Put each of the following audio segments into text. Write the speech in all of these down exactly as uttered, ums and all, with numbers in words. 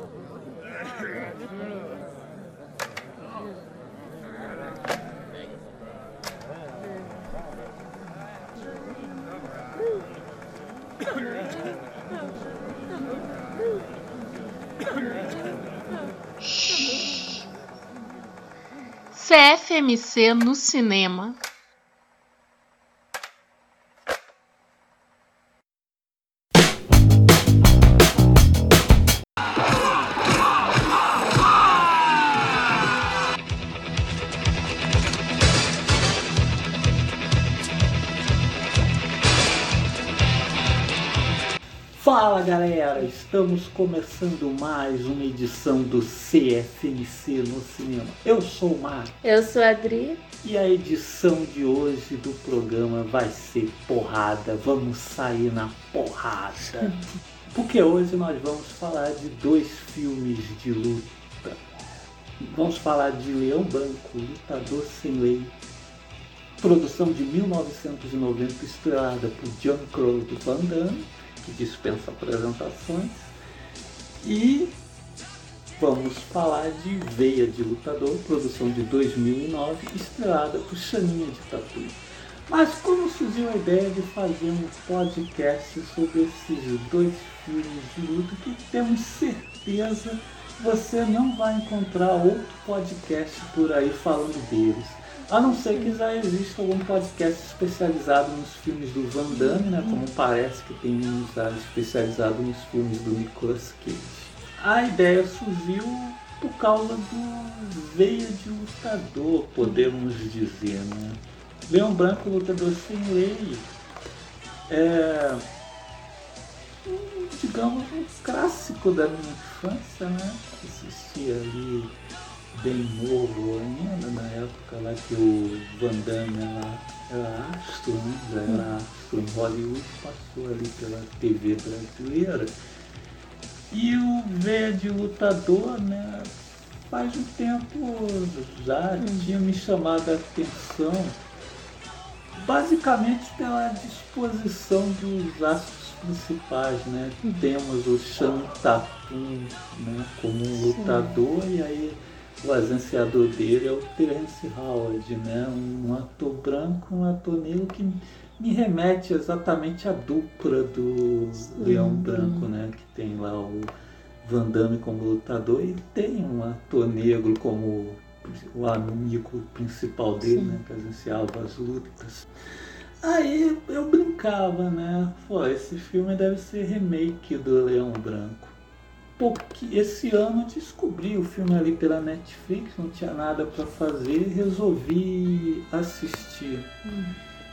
C F M C no cinema. Fala galera, estamos começando mais uma edição do C F M C no cinema. Eu sou o Marcos. Eu sou a Adri. E a edição de hoje do programa vai ser porrada, vamos sair na porrada. Porque hoje nós vamos falar de dois filmes de luta. Vamos falar de Leão Branco, Lutador Sem Lei, produção de mil novecentos e noventa, estrelada por Jean-Claude Van Damme, que dispensa apresentações, e vamos falar de Veia de Lutador, produção de dois mil e nove, estrelada por Xaninha de Tatu. Mas como surgiu a ideia de fazer um podcast sobre esses dois filmes de luta que temos certeza você não vai encontrar outro podcast por aí falando deles? A não ser que já exista algum podcast especializado nos filmes do Van Damme, né? Como parece que tem um já especializado nos filmes do Nicolas Cage. A ideia surgiu por causa do Veia de Lutador, podemos dizer, né? Leão Branco, Lutador Sem Lei, é, um, digamos, um clássico da minha infância, né? Assistia ali bem novo ainda, na época lá que o Van Damme era, era astro, né? Já era astro em Hollywood, passou ali pela T V brasileira. E o Veia de Lutador, né, faz um tempo já tinha me chamado a atenção, basicamente pela disposição dos astros principais, né? Temos o Channing Tatum, né, como um lutador. Sim. E aí o agenciador dele é o Terence Howard, né? Um ator branco, um ator negro que me remete exatamente à dupla do Leão uhum. Branco, né? Que tem lá o Van Damme como lutador e tem um ator negro como o amigo principal dele, Sim. né? Que agenciava as lutas. Aí eu brincava, né? Pô, esse filme deve ser remake do Leão Branco. Porque esse ano eu descobri o filme ali pela Netflix, não tinha nada para fazer, resolvi assistir. Hum.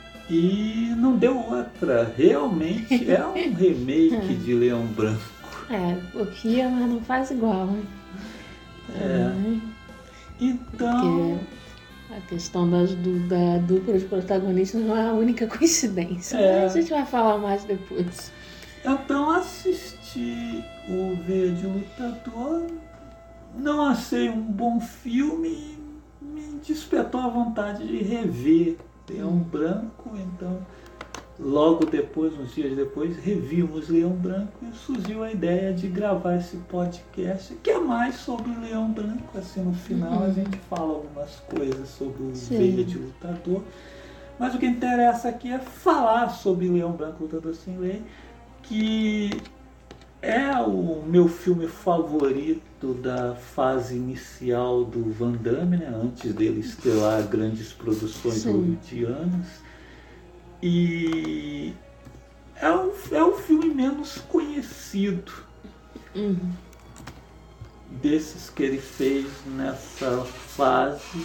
E não deu outra. Realmente é um remake de Leão Branco. É, copia, mas não faz igual, né? É. é. Então... Porque a questão das, do, da dupla de protagonistas não é a única coincidência. É. Mas a gente vai falar mais depois. Então assisti o Veia de Lutador, não achei um bom filme e me despertou a vontade de rever Leão hum. Branco. Então logo depois, uns dias depois, revimos Leão Branco e surgiu a ideia de gravar esse podcast, que é mais sobre o Leão Branco. Assim, no final uhum. a gente fala algumas coisas sobre o Sim. Veia de Lutador, mas o que interessa aqui é falar sobre Leão Branco, Lutador Sem Lei, que é o meu filme favorito da fase inicial do Van Damme, né? Antes dele estrelar grandes produções Sim. hollywoodianas. E é o, é o filme menos conhecido uhum. desses que ele fez nessa fase.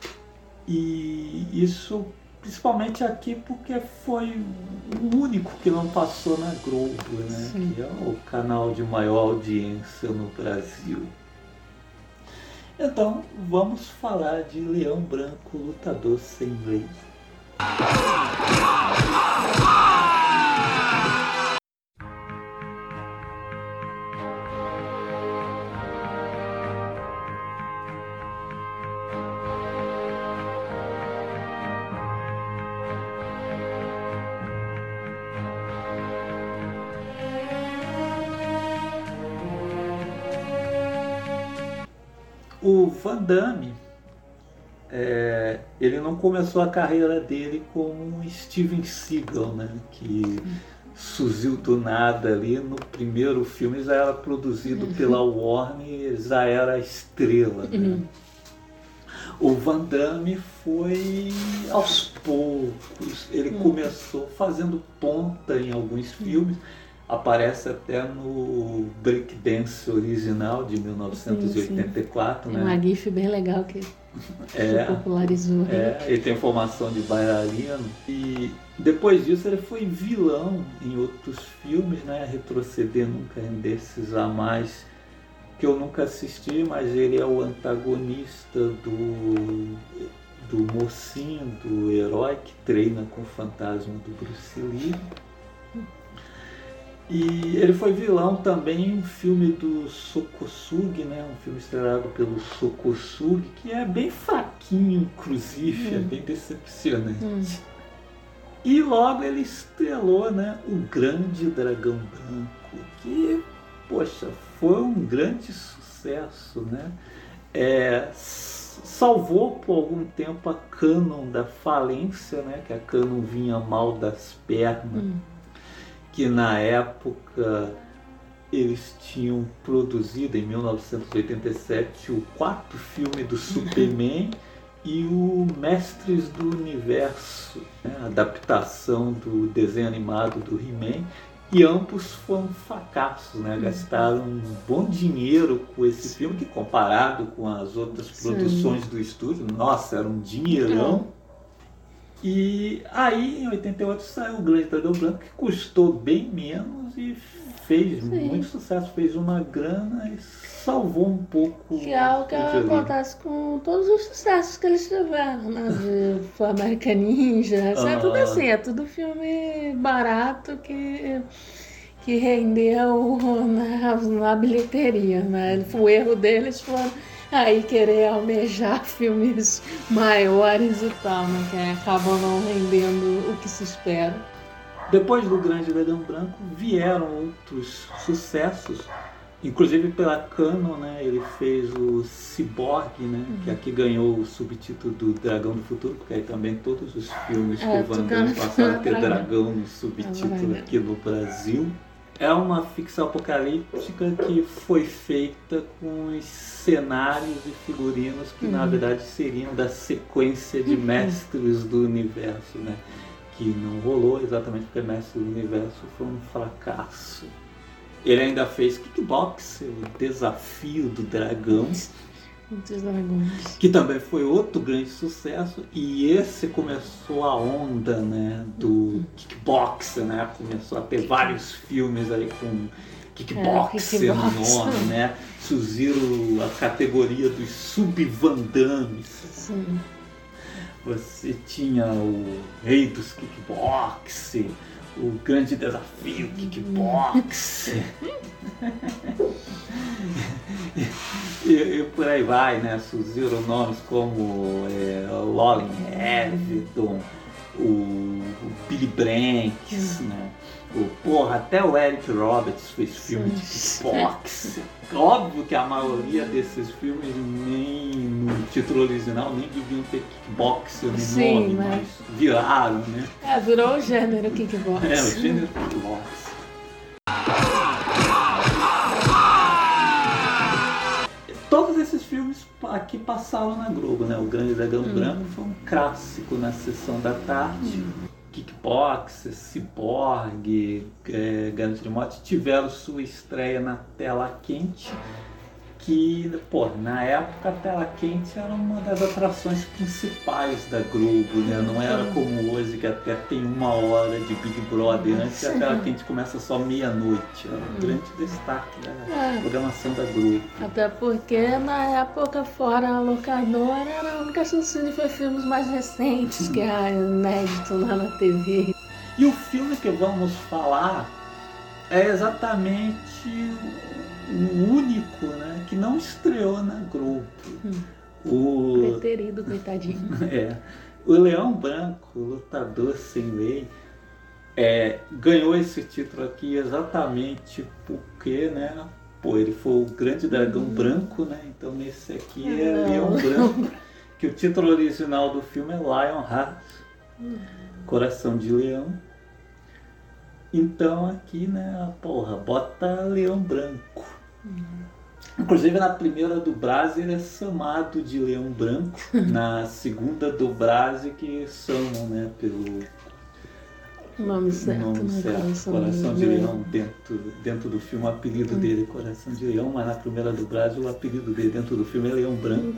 E isso principalmente aqui porque foi o único que não passou na Globo, né? Sim. Que é o canal de maior audiência no Brasil. Então vamos falar de Leão Branco, Lutador Sem Lei. O Van Damme, é, ele não começou a carreira dele como um Steven Seagal, né? Que surgiu do nada ali. No primeiro filme já era produzido pela Warner, já era a estrela, né? Uhum. O Van Damme foi aos poucos. Ele uhum. começou fazendo ponta em alguns filmes. Aparece até no Breakdance original de mil novecentos e oitenta e quatro. Sim, sim. Né? É uma gif bem legal que é, popularizou. É, ele tem formação de bailarino. E depois disso ele foi vilão em outros filmes, né? Retroceder nunca em desses a mais, que eu nunca assisti, mas ele é o antagonista do, do mocinho, do herói que treina com o fantasma do Bruce Lee. E ele foi vilão também em um filme do Sokosugi, né? Um filme estrelado pelo Sokosugi, que é bem fraquinho, inclusive, hum. é bem decepcionante. Hum. E logo ele estrelou, né, o Grande Dragão Branco, que, poxa, foi um grande sucesso, né? É, salvou por algum tempo a Canon da falência, né? Que a Canon vinha mal das pernas. Hum. Que na época eles tinham produzido, em mil novecentos e oitenta e sete, o quarto filme do Superman e o Mestres do Universo, né? A adaptação do desenho animado do He-Man, e ambos foram fracassos, né? Gastaram um bom dinheiro com esse filme, que comparado com as outras Sim. produções do estúdio, nossa, era um dinheirão. E aí, em oitenta e oito, saiu o Grande Dragão Branco, que custou bem menos e fez Sim. muito sucesso, fez uma grana e salvou um pouco. Que é o que acontece com todos os sucessos que eles tiveram, né? De American Ninja, ah. é tudo assim, é tudo filme barato que, que rendeu na, na bilheteria, né? O erro deles foi aí querer almejar filmes maiores e tal, né? Que acabam não rendendo o que se espera. Depois do Grande Dragão Branco vieram outros sucessos, inclusive pela Canon, né? Ele fez o Cyborg, né? Uhum. Que aqui ganhou o subtítulo do Dragão do Futuro, porque aí também todos os filmes é, que o Van Damme passaram a ter dragão no subtítulo aqui no Brasil. É uma ficção apocalíptica que foi feita com os cenários e figurinos que, uhum. na verdade, seriam da sequência de Mestres do Universo, né? Que não rolou exatamente porque Mestres do Universo foi um fracasso. Ele ainda fez Kickbox, o Desafio do Dragão, Muitos dragões. Que também foi outro grande sucesso, e esse começou a onda, né, do kickboxer, né? Começou a ter Kick... vários filmes aí com kickboxer é, no nome, né? Surgiram a categoria dos sub-Van Dammes. Sim. Você tinha o Rei dos Kickboxer, o Grande Desafio Kickboxer. e, e por aí vai, né? Surgiram nomes como é, Lolin Everton, o, o Billy Blanks, né? O, porra, até o Eric Roberts fez filme de kickboxer. Óbvio que a maioria desses filmes nem no título original nem deviam ter kickboxer no Sim, nome, mas... mas viraram, né? É, virou o gênero kickboxer. É, o gênero kickboxer. Todos esses filmes aqui passaram na Globo, né? O Grande Dragão hum. Branco foi um clássico na sessão da tarde. Hum. Kickboxer, Cyborg, é, Garoto de Morte tiveram sua estreia na tela quente, que, pô, na época a tela quente era uma das atrações principais da Globo, né? Não era como hoje, que até tem uma hora de Big Brother, antes a tela quente começa só meia-noite, era um grande destaque da programação da Globo. Até porque na época, fora a locadora, era a única chance de ver filmes mais recentes, que era inédito lá na T V. E o filme que vamos falar é exatamente o único, né, que não estreou na Globo. Hum. O preterido, coitadinho. É, o Leão Branco, Lutador Sem Lei, é, ganhou esse título aqui exatamente porque, né, pô, ele foi o Grande Dragão Branco, né? Então nesse aqui é Leão Branco, que o título original do filme é Lionheart, Coração de Leão. Então aqui, né, porra, bota Leão Branco. Inclusive na primeira dublagem ele é chamado de Leão Branco, na segunda dublagem que chamam, né, pelo nome certo, nome né? certo, Coração, Coração de de Leão. Leão, dentro, dentro do filme o apelido dele é Coração de Leão, mas na primeira dublagem o apelido dele dentro do filme é Leão Branco.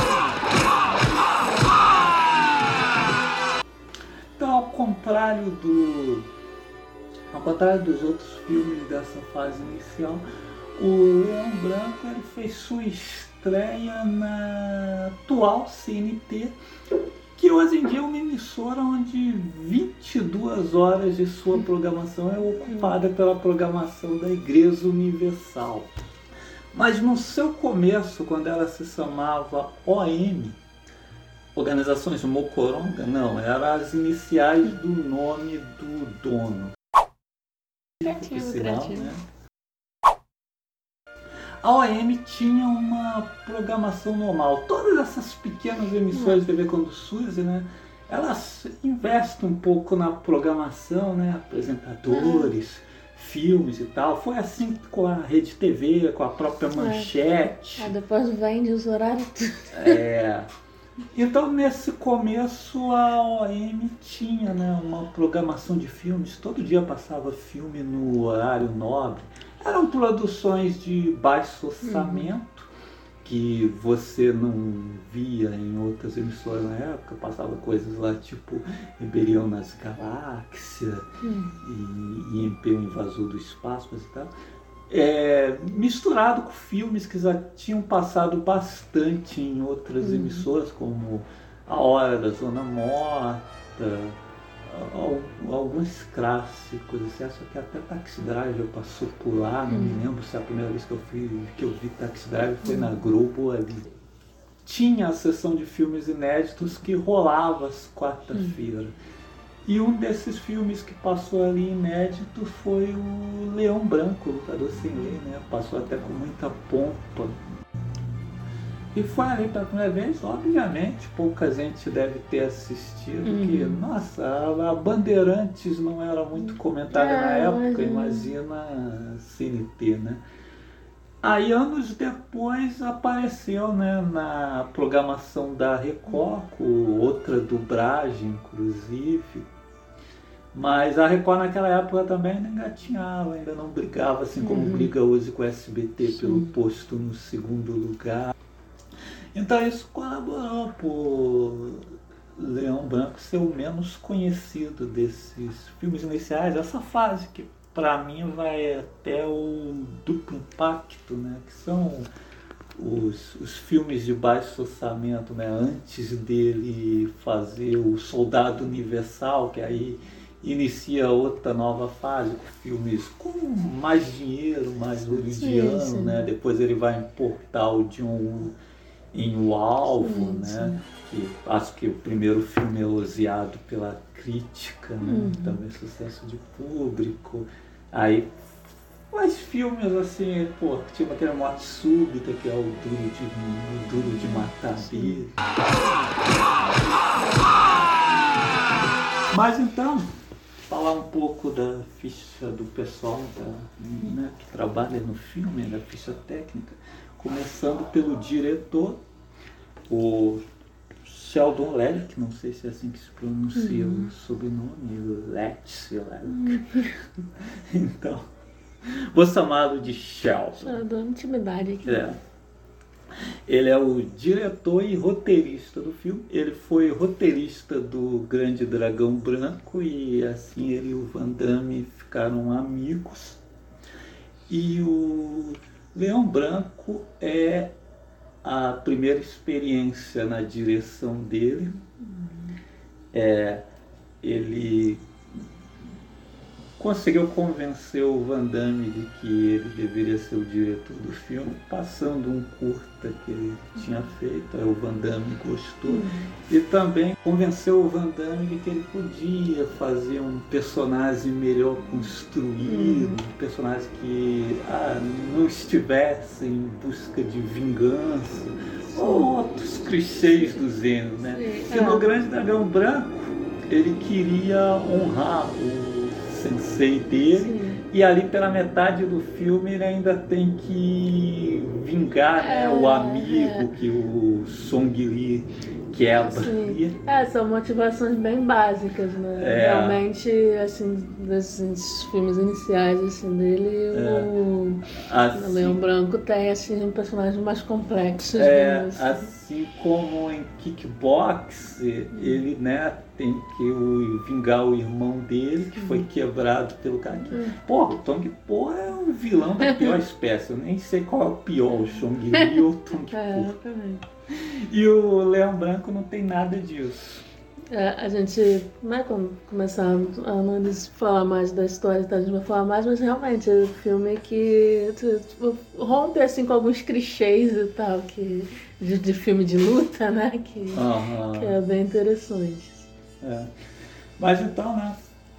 Então, ao contrário do ao contrário dos outros filmes dessa fase inicial, o Leão Branco ele fez sua estreia na atual C N T, que hoje em dia é uma emissora onde vinte e duas horas de sua programação é ocupada pela programação da Igreja Universal. Mas no seu começo, quando ela se chamava O M, Organizações Mocoronga, não, eram as iniciais do nome do dono. Criativo, Sinal, criativo. né? A O M tinha uma programação normal. Todas essas pequenas emissoras de T V quando surgem, né, elas investem um pouco na programação, né, apresentadores, filmes e tal. Foi assim com a Rede T V, com a própria Manchete. Ah, depois vende os horários. É. Então nesse começo a O M tinha, né, uma programação de filmes. Todo dia passava filme no horário nobre. Eram produções de baixo orçamento, uhum, que você não via em outras emissoras na época. Passava coisas lá tipo Rebelião nas Galáxias, uhum, e I M P, o Invasor do Espaço, coisa e tal. É, misturado com filmes que já tinham passado bastante em outras uhum. emissoras, como A Hora da Zona Morta, alguns clássicos. Você acha que até Taxi Driver passou por lá? Não uhum. me lembro se a primeira vez que eu, fui, que eu vi Taxi Driver foi uhum. na Globo ali. Tinha a sessão de filmes inéditos que rolava às quarta-feira. Uhum. E um desses filmes que passou ali inédito foi o Leão Branco, Lutador Sem Lei, né? Passou até com muita pompa. E foi ali pela primeira vez, obviamente, pouca gente deve ter assistido, uhum. que, nossa, a Bandeirantes não era muito comentada é, na época, imagina a C N T, né? Aí, anos depois, apareceu, né, na programação da Record, com outra dublagem, inclusive. Mas a Record naquela época também ainda engatinhava, ainda não brigava assim como uhum. briga hoje com o S B T, sim, pelo posto no segundo lugar. Então isso colaborou por Leão Branco ser o menos conhecido desses filmes iniciais, essa fase que para mim vai até o Duplo Impacto, né? Que são os, os filmes de baixo orçamento, né? Antes dele fazer o Soldado Universal, que aí inicia outra nova fase, com filmes com mais dinheiro, mais hollywoodiano, sim, sim. né? Depois ele vai importar o John Woo em O Alvo, sim, né? Sim. Que acho que o primeiro filme é elogiado pela crítica, né? Uhum. Também sucesso de público. Aí faz filmes assim, pô, tipo aquele Morte Súbita, que é o Duro de, o Duro de Matar dele. Mas então, falar um pouco da ficha do pessoal da, né, que trabalha no filme, da ficha técnica, começando pelo diretor, o Sheldon Levick, não sei se é assim que se pronuncia uhum. o sobrenome, Levick. Uhum. Então, vou chamá-lo de Sheldon. Sheldon, intimidade aqui. É. Ele é o diretor e roteirista do filme. Ele foi roteirista do Grande Dragão Branco e assim ele e o Van Damme ficaram amigos. E o Leão Branco é a primeira experiência na direção dele. É, ele conseguiu convencer o Van Damme de que ele deveria ser o diretor do filme, passando um curta que ele tinha feito, aí o Van Damme gostou, uhum. e também convenceu o Van Damme de que ele podia fazer um personagem melhor construído, uhum. um personagem que ah, não estivesse em busca de vingança, sim. ou outros clichês do gênero, né? Sim. E no Grande Dragão Branco, ele queria honrar o sensei dele, sim. e ali pela metade do filme ele ainda tem que vingar, né, é, o amigo é. que o Song Lee quebra. É, são motivações bem básicas, né? É. Realmente, assim, desses filmes iniciais assim, dele, é. o assim, Leão Branco tem assim, um personagem mais complexo. É, assim. assim como em Kickbox, ele, né, tem que o, vingar o irmão dele, que foi quebrado pelo cara. Hum. Porra, o Tong Po é um vilão da pior espécie. Eu nem sei qual é o pior, o Song Lee ou o Tong Po. É, e o Leão Branco não tem nada disso. É, a gente vai começar a análise, falar mais da história, tá? A gente vai falar mais, mas realmente é um filme que tipo, rompe assim, com alguns clichês e tal, que, de, de filme de luta, né? Que, uhum. que é bem interessante. É. Mas então, né?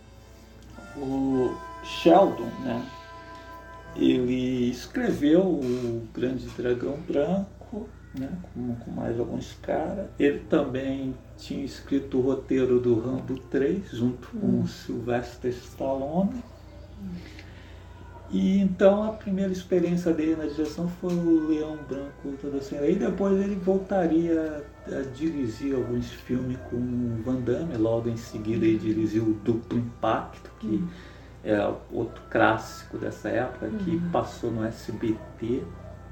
O Sheldon, né? Ele escreveu o Grande Dragão Branco, né, com, com mais alguns caras. Ele também tinha escrito o roteiro do Rambo três, junto hum. com o Sylvester Stallone. Hum. E então a primeira experiência dele na direção foi o Leão Branco todo assim. Aí depois ele voltaria a, a dirigir alguns filmes com o Van Damme. Logo em seguida ele dirigiu o Duplo Impacto, que hum. é outro clássico dessa época, hum. que passou no S B T.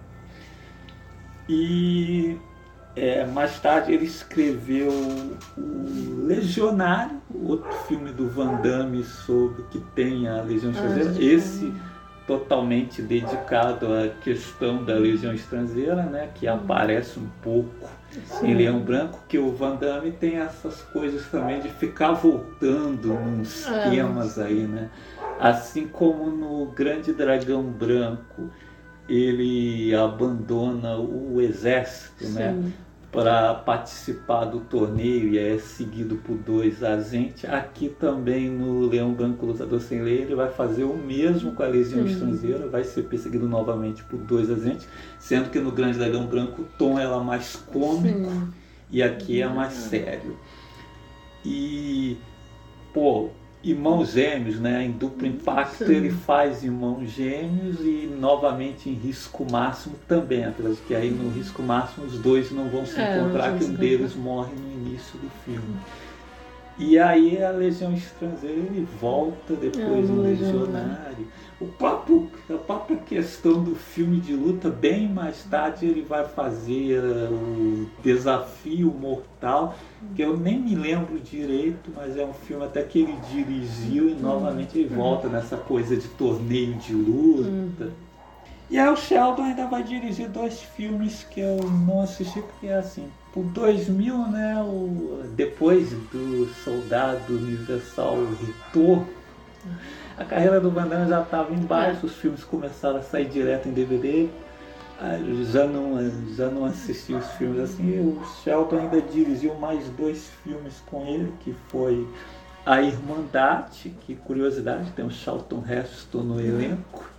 E é, mais tarde ele escreveu o Legionário, outro filme do Van Damme sobre que tem a Legião Estrangeira. Ah, esse totalmente dedicado à questão da Legião Estrangeira, né, que hum. aparece um pouco Sim. em Leão Branco, que o Van Damme tem essas coisas também de ficar voltando nos ah, temas aí, né? Assim como no Grande Dragão Branco, ele abandona o exército, Sim. né, para participar do torneio e é seguido por dois agentes. Aqui também no Leão Branco Lutador Sem Lei ele vai fazer o mesmo com a Legião Sim. Estrangeira, vai ser perseguido novamente por dois agentes, sendo que no Grande Dragão Branco o tom ela é mais cômico Sim. e aqui é mais sério. E, pô, Irmãos Gêmeos, né? Em Duplo Impacto Sim. ele faz Irmãos Gêmeos e novamente em Risco Máximo também, apesar de que aí no Risco Máximo os dois não vão se é, encontrar, que um deles morre no início do filme. E aí a Legião Estrangeira ele volta depois é, no Legionário. O próprio, a própria questão do filme de luta, bem mais tarde ele vai fazer o Desafio Mortal, que eu nem me lembro direito, mas é um filme até que ele dirigiu e novamente ele volta nessa coisa de torneio de luta. E aí o Sheldon ainda vai dirigir dois filmes que eu não assisti, porque é assim, por dois mil, né, o, depois do Soldado Universal Retorno, a carreira do Van Damme já estava embaixo, os filmes começaram a sair direto em D V D, já não, já não assisti os filmes assim. O Sheldon ainda dirigiu mais dois filmes com ele, que foi A Irmandade, que curiosidade, tem o Charlton Heston no elenco,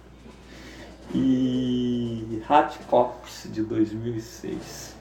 e Hot Cops, de dois mil e seis.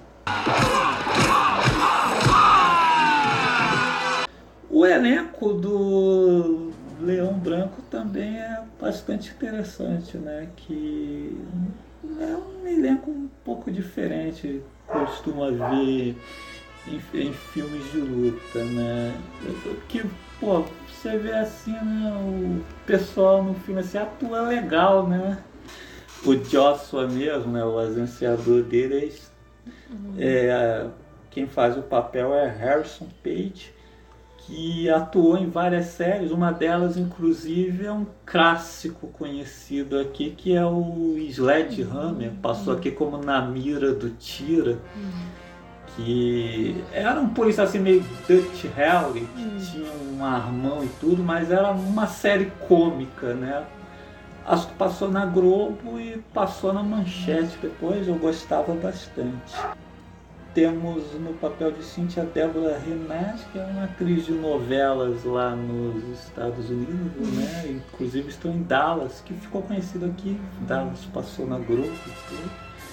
O elenco do Leão Branco também é bastante interessante, né? Que é um elenco um pouco diferente, costuma ver em, em filmes de luta, né? Que, pô, você vê assim, né? O pessoal no filme assim atua legal, né? O Joshua mesmo, né? O agenciador dele, é, é, quem faz o papel é Harrison Page, que atuou em várias séries, uma delas inclusive é um clássico conhecido aqui, que é o Sledgehammer, passou aqui como Na Mira do Tira, que era um policial assim meio Dutch Harry, que Hum. tinha um armão e tudo, mas era uma série cômica, né? Acho que passou na Globo e passou na Manchete depois, eu gostava bastante. Temos no papel de Cynthia Deborah Renash, que é uma atriz de novelas lá nos Estados Unidos, né? Inclusive estou em Dallas, que ficou conhecido aqui. Dallas passou na Globo e tudo.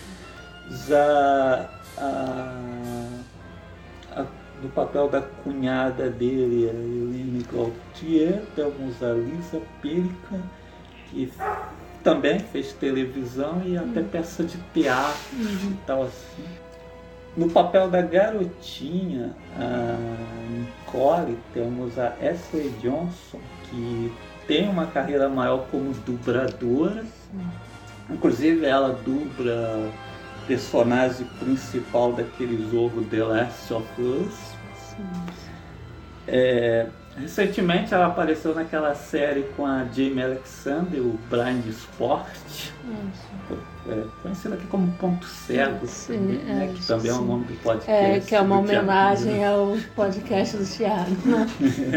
Já a, a, do papel da cunhada dele, a Helene Gautier, temos a Lisa Pelican, que também fez televisão e até peça de teatro e tal assim. No papel da garotinha, a Nicole, temos a Ashley Johnson, que tem uma carreira maior como dubladora. Inclusive ela dubla o personagem principal daquele jogo The Last of Us. É, recentemente ela apareceu naquela série com a Jamie Alexander, o Blind Sport. É, conhecido aqui como Ponto Cego, Sim, também, é, né, que também é o nome do podcast. É, que é uma do Thiago, homenagem né? ao podcast do Thiago, né?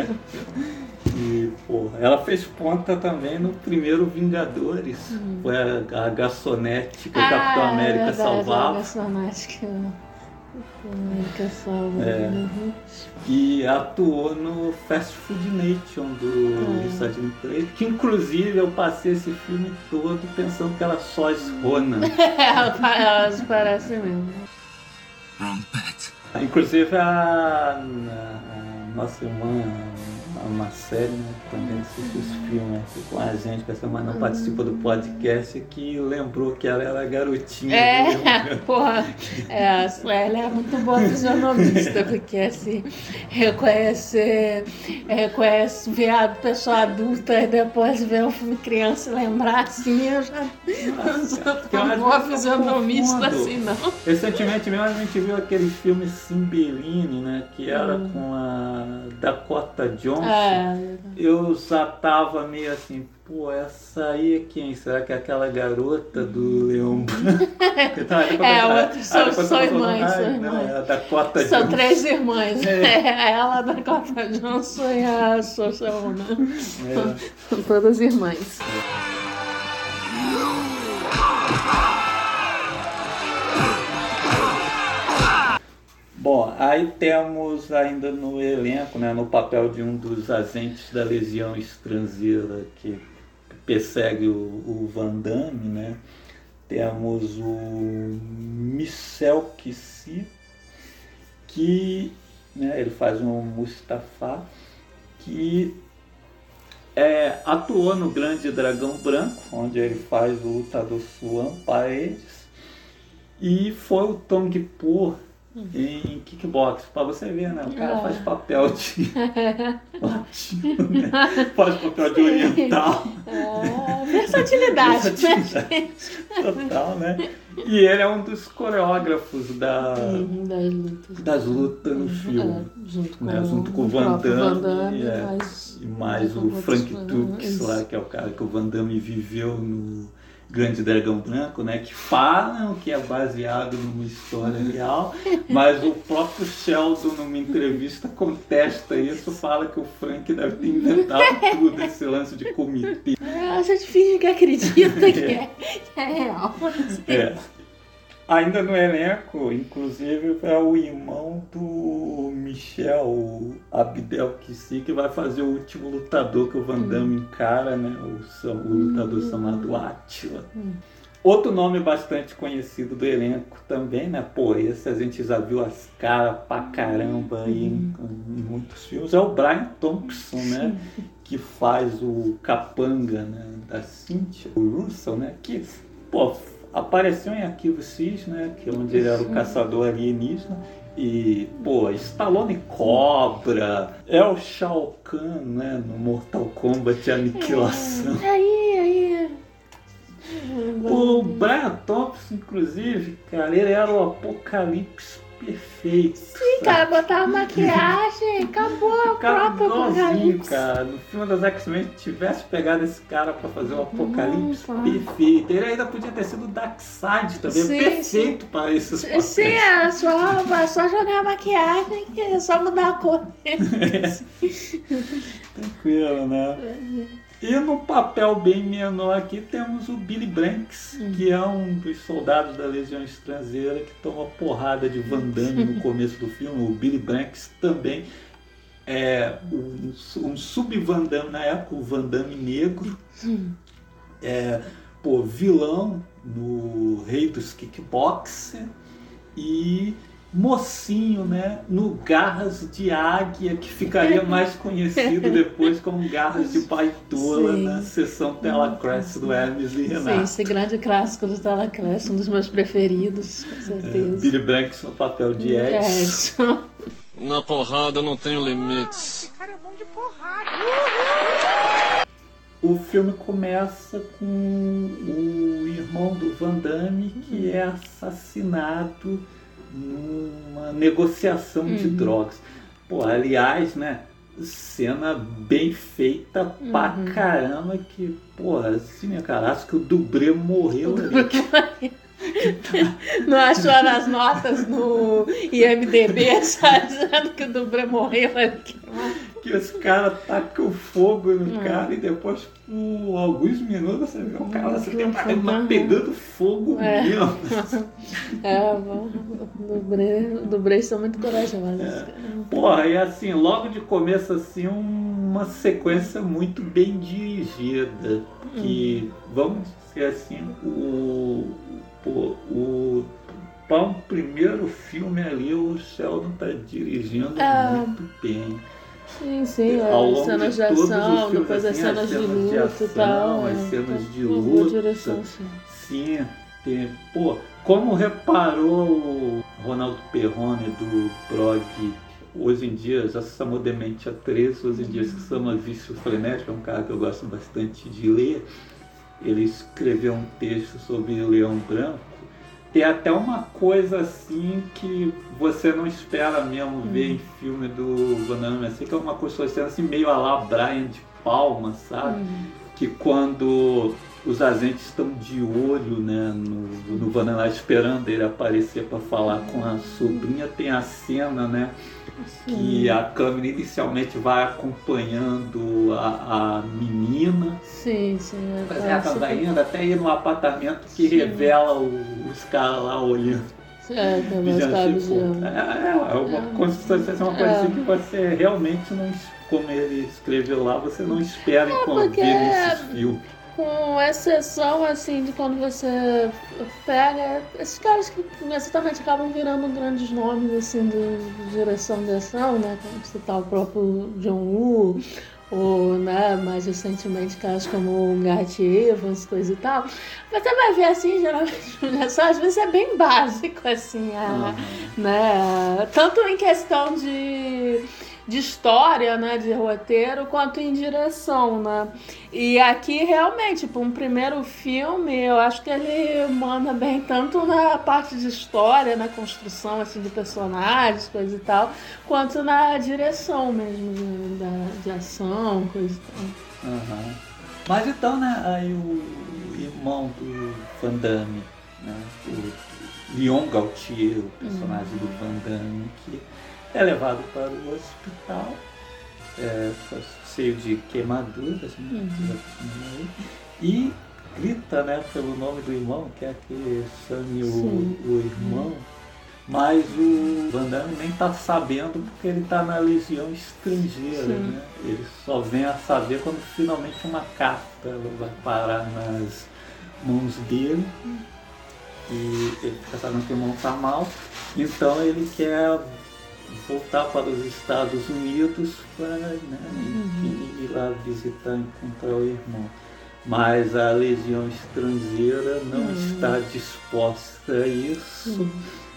E, porra, ela fez ponta também no primeiro Vingadores. Hum. Foi a, a garçonete que o Capitão Ah, América é verdade, salvava. A garçonete que o Capitão América salva. É. Uhum. E atuou no Fast Food Nation do Hum. Sadie Clay, que inclusive eu passei esse filme todo pensando que era só Ronan. Ela pa- Elas parecem mesmo. Wrong bet. Inclusive a, a nossa irmã, a Marcele, né, que também assiste os filmes aqui com a gente, que essa semana não participa do podcast, que lembrou que ela era garotinha. É, porra, é, a Sueli é muito boa fisionomista, porque assim, reconhece, reconhece ver a pessoa adulta e depois ver o filme criança e lembrar assim, eu já não sou Porque eu tão acho boa que eu fisionomista confundo. assim, não. Recentemente mesmo a gente viu aquele filme Cymbeline, né, que era Hum. com a Dakota Johnson. É, Eu já tava meio assim, pô, essa aí é quem? Será que é aquela garota do Leão Branco? Então, aí depois é, eu- outros aí são, depois são eu falo, irmãs, ai, são não, irmãs. é a Dakota São Johnson. três irmãs, É. é. Ela, a Dakota Johnson e a Saoirse Ronan. É. São todas irmãs. Bom, aí temos ainda no elenco, né, no papel de um dos agentes da Legião Estrangeira que persegue o, o Van Damme, né? Temos o Michel Kissi, que, né, ele faz um Mustafa, que é, atuou no Grande Dragão Branco, onde ele faz o lutador Suan Paredes, e foi o Tong Po em kickbox, pra você ver, né? O cara Ah. faz papel de latino, né? Faz papel de oriental. É, versatilidade, Versatilidade. né? Total, né? E ele é um dos coreógrafos da, Uhum, das lutas. das lutas no filme. É, junto com, Né? Junto com o o Van próprio Damme, Van Damme, é, mas- e mais o outros Frank fãs, Dux isso. lá, que é o cara que o Van Damme viveu no Grande Dragão Branco, né? Que falam que é baseado numa história real, mas o próprio Sheldon, numa entrevista, contesta isso, fala que o Frank deve ter inventado tudo, esse lance de comitê. É, a gente finge que acredita que é, que é real. É. Ainda no elenco, inclusive, é o irmão do Michel Abdel Kissi, que vai fazer o último lutador que o Van Damme encara, né? O, Sam- o lutador chamado Attila. Outro nome bastante conhecido do elenco também, né? Pô, esse a gente já viu as caras pra caramba aí em, em muitos filmes. É o Brian Thompson, né? Que faz o capanga, né? Da Cynthia, o Russell, né? Que, pô, apareceu em Arquivo X, né? Que é onde ele era o caçador alienígena. E, pô, Stallone Cobra, é o Shao Kahn, né? No Mortal Kombat Aniquilação. Aí, aí. O Brian Thompson, inclusive, cara, ele era o Apocalipse perfeito. Sim, cara, botar maquiagem, acabou o Cara, próprio igualzinho, Apocalipse. cara. No filme das X-Men, se tivesse pegado esse cara pra fazer o Apocalipse, Nossa. perfeito. Ele ainda podia ter sido o Darkseid também, Sim, perfeito para esses papéis. Sim, é só, é só jogar maquiagem, que é só mudar a cor. Tranquilo, né? E no papel bem menor aqui temos o Billy Blanks, Hum. que é um dos soldados da Legião Estrangeira que toma porrada de Van Damme no começo do filme. O Billy Blanks também é um, um sub-Van Damme na época, o Van Damme negro. É, pô, vilão no Rei dos Kickboxer e mocinho, né, no Garras de Águia, que ficaria mais conhecido depois como Garras de Baitola Sim. na sessão Telacrash do Hermes e Sim, Renato. esse grande clássico do Telaclass, um dos meus preferidos, com É, certeza. Billy Blanks no papel de Edson. Edson. Na porrada não tenho limites. O filme começa com o irmão do Van Damme que é assassinado numa negociação de Uhum. drogas. Pô, aliás, né, cena bem feita pra Uhum. caramba que, porra, assim, né, cara, acho que o Dubré morreu ali. Não achou nas notas no I M D B, sabe, dizendo que o Dubré morreu aqui. Que os caras tacam fogo no Uhum. cara e depois, por alguns minutos, você vê o cara se Uhum. preparando, mas pegando fogo É. mesmo. É, bom, o Dubré, o Dubré são muito corajosos. É. Porra, e assim, logo de começo, assim, uma sequência muito bem dirigida. Que, vamos dizer assim, o. Pô, o. Para um primeiro filme ali, o Sheldon tá dirigindo É. muito bem. Sim, sim, Ao as longo cenas de de todos os ação, filmes, depois as assim, cenas as de cenas de luta e ação, tal. as é, cenas tá de uma boa luta. direção, sim. Sim, tem, pô, como reparou o Ronaldo Perrone do blog Hoje em Dia, já se chamou Demente a treze, hoje em dia se chama Vício Frenético, é um cara que eu gosto bastante de ler. Ele escreveu um texto sobre Leão Branco. Tem até uma coisa assim que você não espera mesmo ver em filme do Van Damme, assim, que é uma construção assim meio a lá Brian de Palma, sabe? Hum. Que quando os agentes estão de olho, né, no, no Van Damme, esperando ele aparecer para falar com a sobrinha, tem a cena, né, que a câmera inicialmente vai acompanhando a, a menina, Sim, sim. é, mas tá, ela super- vai indo até ir no apartamento que Sim. revela o- os caras lá olhando. É, tem mais Vigiando, cabos tipo, de... é, é uma É. construção, é uma coisa É. assim que você realmente não, como ele escreveu lá, você não espera enquanto porque vê é- nesses filmes. Com exceção, assim, de quando você pega esses caras que exatamente acabam virando grandes nomes, assim, de, de direção de ação, né? Como citar o próprio John Woo, ou, né, mais recentemente, caras como o Gareth Evans, coisa e tal. Você vai ver, assim, geralmente, direção, às vezes é bem básico, assim, a, Uhum. né? Tanto em questão de, de história, né, de roteiro, quanto em direção, né? E aqui, realmente, para um primeiro filme, eu acho que ele manda bem tanto na parte de história, na construção, assim, de personagens, coisa e tal, quanto na direção mesmo, de, da, de ação, coisa e tal. Uhum. Mas então, né, aí o irmão do Van Damme, né, o Leon Gautier, o personagem do Van Damme, que é levado para o hospital, é, cheio de queimaduras, né, Uhum. e grita, né, pelo nome do irmão, que é que chame o, Sim. o irmão, mas o Van Damme nem tá sabendo porque ele tá na Legião Estrangeira, Sim. né? Ele só vem a saber quando finalmente uma carta vai parar nas mãos dele e ele fica sabendo que o irmão tá mal, então ele quer voltar para os Estados Unidos para, né, enfim, ir lá visitar e encontrar o irmão. Mas a Legião Estrangeira não Uhum. está disposta a isso. Uhum.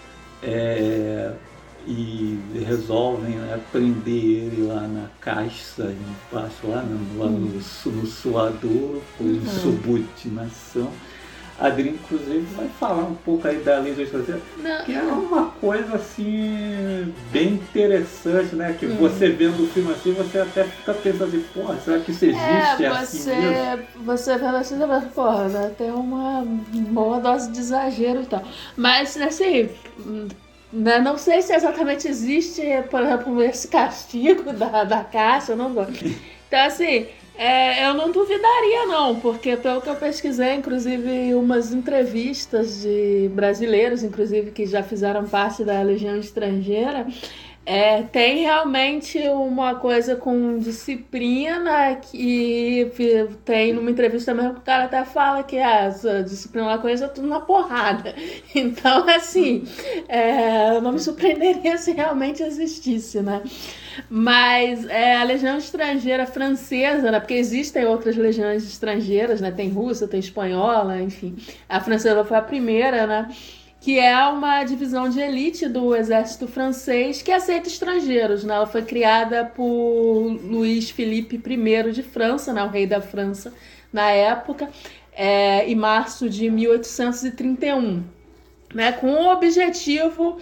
É, e resolvem, né, prender ele lá na caixa embaixo, lá, no, lá no, su- no suadouro, por Uhum. insubordinação. A Adri, inclusive, vai falar um pouco aí da Legião Estrangeira, Não. que é uma coisa, assim, bem interessante, né? Que Hum. você vendo o filme assim, você até fica pensando assim, porra, será que isso existe É, assim você, mesmo? você vendo assim, você fala, porra, né, tem uma boa dose de exagero e tal. Mas, assim, né, não sei se exatamente existe, por exemplo, esse castigo da, da caixa, eu não gosto. Então, assim, é, eu não duvidaria, não, porque pelo que eu pesquisei, inclusive, umas entrevistas de brasileiros, inclusive, que já fizeram parte da Legião Estrangeira, é, tem realmente uma coisa com disciplina que tem numa entrevista mesmo que o cara até fala que ah, essa disciplina lá coisa tudo na porrada. Então, assim, é, eu não me surpreenderia se realmente existisse, né? Mas é, a Legião Estrangeira Francesa, né? Porque existem outras legiões estrangeiras, né? Tem russa, tem espanhola, enfim. A francesa foi a primeira, né? Que é uma divisão de elite do exército francês que aceita estrangeiros, né? Ela foi criada por Luís Felipe I de França, né? O rei da França na época, é, em março de mil oitocentos e trinta e um, né? Com o objetivo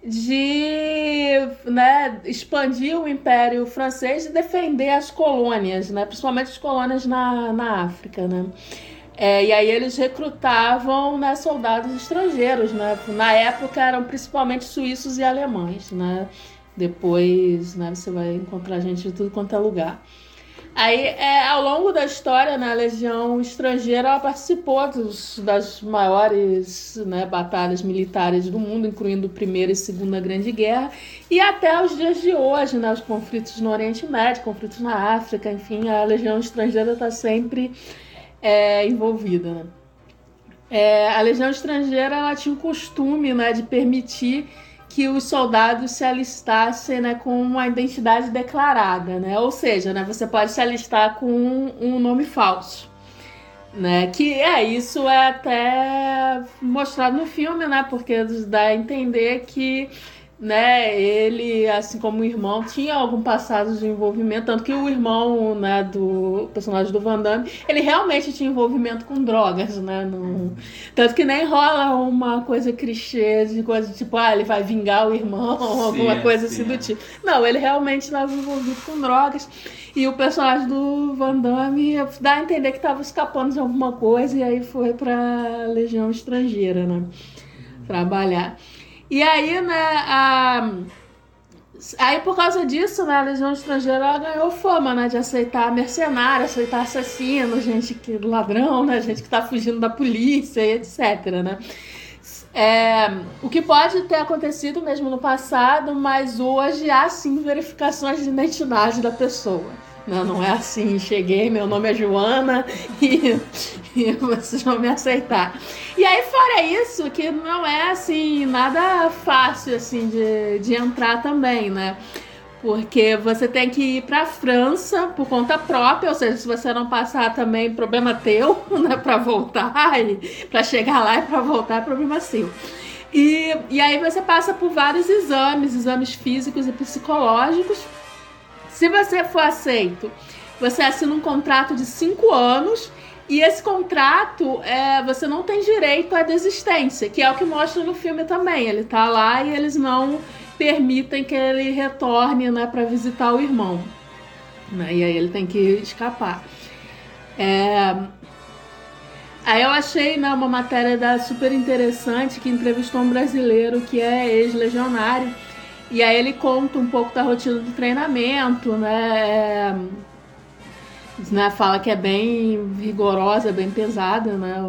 de, né, expandir o Império Francês e defender as colônias, né? Principalmente as colônias na, na África, né? É, e aí eles recrutavam, né, soldados estrangeiros, né? Na época eram principalmente suíços e alemães, né? Depois, né, você vai encontrar gente de tudo quanto é lugar. Aí, é, ao longo da história, né, a Legião Estrangeira ela participou dos, das maiores, né, batalhas militares do mundo, incluindo a Primeira e Segunda Grande Guerra, e até os dias de hoje, né, os conflitos no Oriente Médio, conflitos na África, enfim, a Legião Estrangeira está sempre É, envolvida, né? É, a Legião Estrangeira ela tinha o costume, né, de permitir que os soldados se alistassem, né, com uma identidade declarada, né? Ou seja, né, você pode se alistar com um, um nome falso, né? Que é isso é até mostrado no filme, né? Porque dá a entender que, né, ele, assim como o irmão, tinha algum passado de envolvimento, tanto que o irmão, né, do personagem do Van Damme, ele realmente tinha envolvimento com drogas, né, no... tanto que nem rola uma coisa clichê de coisa tipo, ah, ele vai vingar o irmão, sim, alguma coisa sim, assim do tipo. Não, ele realmente estava envolvido com drogas, e o personagem do Van Damme dá a entender que estava escapando de alguma coisa, e aí foi pra Legião Estrangeira, né, trabalhar. E aí, né, a... aí por causa disso, né, a Legião Estrangeira ela ganhou fama, né, de aceitar mercenário, aceitar assassino, gente que ladrão, né, gente que tá fugindo da polícia e etc, né. É, o que pode ter acontecido mesmo no passado, mas hoje há sim verificações de identidade da pessoa. Não, não é assim, cheguei, meu nome é Joana e, e vocês vão me aceitar. E aí, fora isso, que não é assim, nada fácil assim de, de entrar também, né? Porque você tem que ir pra França por conta própria, ou seja, se você não passar também, problema teu, né? Pra voltar, e pra chegar lá e pra voltar, é problema seu. E, e aí você passa por vários exames, exames físicos e psicológicos. Se você for aceito, você assina um contrato de cinco anos e esse contrato, é, você não tem direito à desistência, que é o que mostra no filme também. Ele tá lá e eles não permitem que ele retorne, né, para visitar o irmão. Né, e aí ele tem que escapar. É... Aí eu achei, né, uma matéria da super interessante que entrevistou um brasileiro que é ex-legionário. E aí ele conta um pouco da rotina do treinamento, né? É, né, fala que é bem rigorosa, bem pesada, né?